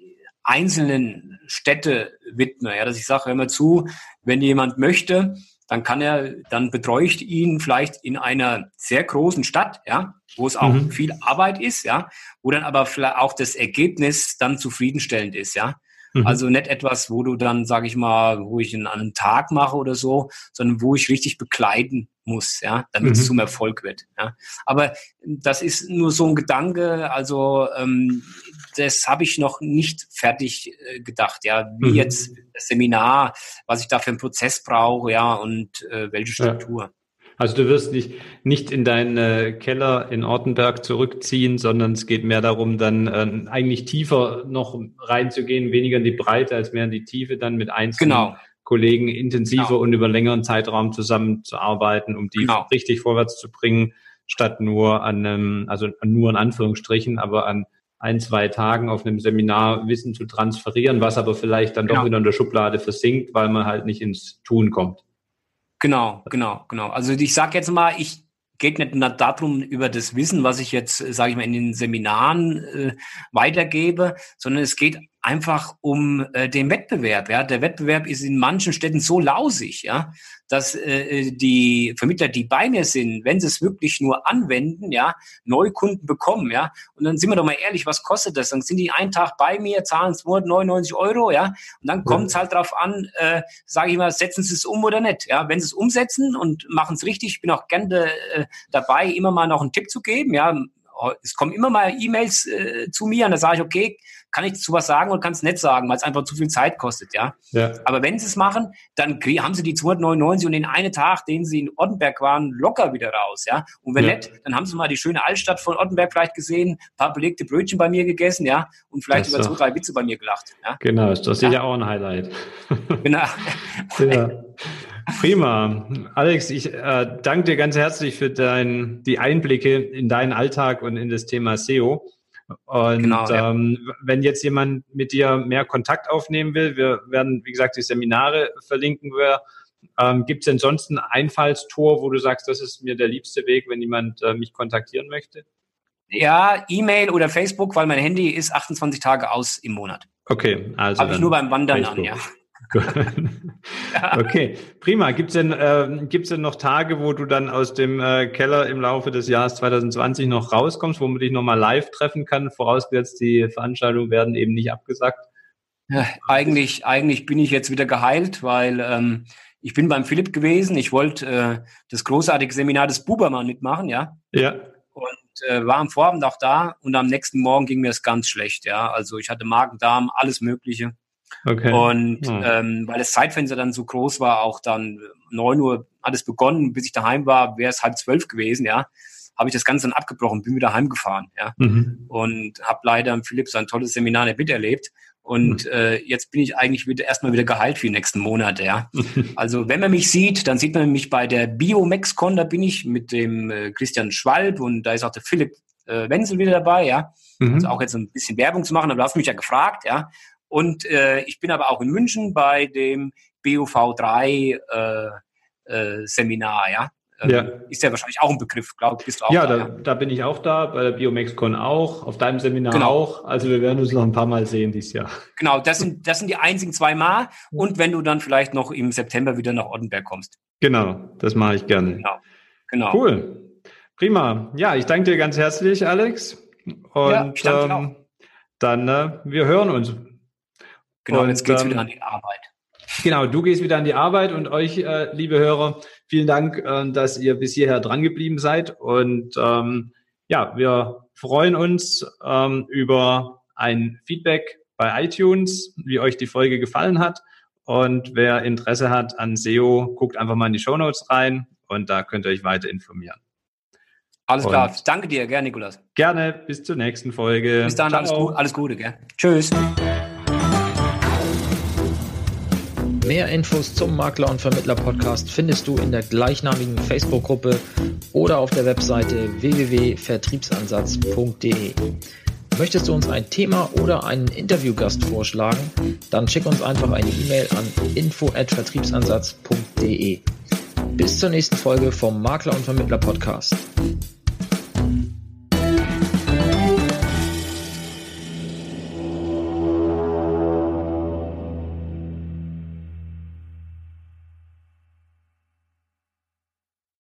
einzelnen Städte widme. Ja, dass ich sage, hör mal zu, wenn jemand möchte, dann kann er, dann betreue ich ihn vielleicht in einer sehr großen Stadt, ja, wo es auch mhm. viel Arbeit ist, ja, wo dann aber vielleicht auch das Ergebnis dann zufriedenstellend ist, ja. Mhm. Also nicht etwas, wo du dann, sage ich mal, wo ich in einem Tag mache oder so, sondern wo ich richtig begleiten muss, ja, damit mhm. es zum Erfolg wird, ja. Aber das ist nur so ein Gedanke, also ähm, das habe ich noch nicht fertig äh, gedacht, ja, wie mhm. jetzt das Seminar, was ich da für einen Prozess brauche, ja, und äh, welche Struktur. Ja. Also du wirst dich nicht in deinen äh, Keller in Ortenberg zurückziehen, sondern es geht mehr darum, dann äh, eigentlich tiefer noch reinzugehen, weniger in die Breite als mehr in die Tiefe, dann mit einzelnen genau. Kollegen intensiver genau. und über längeren Zeitraum zusammenzuarbeiten, um die genau. richtig vorwärts zu bringen, statt nur an einem, also nur in Anführungsstrichen, aber an ein, zwei Tagen auf einem Seminar Wissen zu transferieren, was aber vielleicht dann genau. doch wieder in der Schublade versinkt, weil man halt nicht ins Tun kommt. Genau, genau, genau. Also ich sage jetzt mal, ich geht nicht nur darum über das Wissen, was ich jetzt, sage ich mal, in den Seminaren äh, weitergebe, sondern es geht einfach um äh, den Wettbewerb. Ja, der Wettbewerb ist in manchen Städten so lausig, ja, dass äh, die Vermittler, die bei mir sind, wenn sie es wirklich nur anwenden, ja, Neukunden bekommen, ja. Und dann sind wir doch mal ehrlich, was kostet das? Dann sind die einen Tag bei mir, zahlen zweihundertneunundneunzig Euro, ja. Und dann kommt es halt drauf an, äh, sage ich mal, setzen sie es um oder nicht, ja. Wenn sie es umsetzen und machen es richtig, ich bin auch gerne äh, dabei, immer mal noch einen Tipp zu geben, ja. Es kommen immer mal E-Mails äh, zu mir und da sage ich, okay, kann ich dazu was sagen oder kann es nicht sagen, weil es einfach zu viel Zeit kostet, ja. ja. Aber wenn sie es machen, dann krieg, haben sie die zweihundertneunundneunzig und den einen Tag, den sie in Ottenberg waren, locker wieder raus, ja. Und wenn ja. nicht, dann haben sie mal die schöne Altstadt von Ottenberg vielleicht gesehen, ein paar belegte Brötchen bei mir gegessen, ja, und vielleicht über zwei, drei Witze bei mir gelacht. Ja? Genau, das ist ja. sicher auch ein Highlight. Genau. ja. Prima. Alex, ich äh, danke dir ganz herzlich für dein, die Einblicke in deinen Alltag und in das Thema S E O. Und genau, ja. ähm, wenn jetzt jemand mit dir mehr Kontakt aufnehmen will, wir werden, wie gesagt, die Seminare verlinken. Wir, ähm, gibt es denn sonst ein Einfallstor, wo du sagst, das ist mir der liebste Weg, wenn jemand äh, mich kontaktieren möchte? Ja, E-Mail oder Facebook, weil mein Handy ist achtundzwanzig Tage aus im Monat. Okay, also habe ich nur beim Wandern Facebook. An, ja. Okay, prima. Gibt's denn, äh, gibt's denn noch Tage, wo du dann aus dem äh, Keller im Laufe des Jahres zwanzig zwanzig noch rauskommst, wo man dich nochmal live treffen kann, vorausgesetzt die Veranstaltungen werden eben nicht abgesagt? Ja, eigentlich, eigentlich bin ich jetzt wieder geheilt, weil ähm, ich bin beim Philipp gewesen. Ich wollte äh, das großartige Seminar des Bubermann mitmachen, ja. Ja. Und äh, war am Vorabend auch da und am nächsten Morgen ging mir das ganz schlecht, ja. Also ich hatte Magen-Darm, alles Mögliche. Okay. Und hm. ähm, weil das Zeitfenster dann so groß war, auch dann neun Uhr hat es begonnen, bis ich daheim war, wäre es halb zwölf gewesen, ja, habe ich das Ganze dann abgebrochen, bin wieder heimgefahren, ja, mhm. und habe leider am Philipp sein tolles Seminar nicht miterlebt. Und mhm. äh, jetzt bin ich eigentlich wieder erstmal wieder geheilt für die nächsten Monate, ja. Also wenn man mich sieht, dann sieht man mich bei der BioMexCon, da bin ich mit dem äh, Christian Schwalb und da ist auch der Philipp äh, Wenzel wieder dabei, ja. Mhm. Also auch jetzt ein bisschen Werbung zu machen, aber du hast mich ja gefragt, ja. Und äh, ich bin aber auch in München bei dem B O V drei äh, äh, Seminar, ja. Ähm, ja. Ist ja wahrscheinlich auch ein Begriff, glaube ich, bist du auch ja, da. Ja, da, da bin ich auch da, bei der BioMexCon auch, auf deinem Seminar genau. auch. Also wir werden uns noch ein paar Mal sehen dieses Jahr. Genau, das sind, das sind die einzigen zwei Mal. Und wenn du dann vielleicht noch im September wieder nach Ottenberg kommst. Genau, das mache ich gerne. Genau, genau. Cool, prima. Ja, ich danke dir ganz herzlich, Alex. Und ja, ich danke dir ähm, auch. Dann, äh, wir hören uns. Genau, und, jetzt geht's ähm, wieder an die Arbeit. Genau, du gehst wieder an die Arbeit und euch, äh, liebe Hörer, vielen Dank, äh, dass ihr bis hierher dran geblieben seid. Und ähm, ja, wir freuen uns ähm, über ein Feedback bei iTunes, wie euch die Folge gefallen hat. Und wer Interesse hat an S E O, guckt einfach mal in die Shownotes rein und da könnt ihr euch weiter informieren. Alles klar, und danke dir, gell, Nikolas. Gerne, bis zur nächsten Folge. Bis dann, alles, gut, alles Gute, gell. Tschüss. Mehr Infos zum Makler- und Vermittler-Podcast findest du in der gleichnamigen Facebook-Gruppe oder auf der Webseite w w w punkt vertriebsansatz punkt d e. Möchtest du uns ein Thema oder einen Interviewgast vorschlagen? Dann schick uns einfach eine E-Mail an info at vertriebsansatz punkt d e. Bis zur nächsten Folge vom Makler- und Vermittler-Podcast.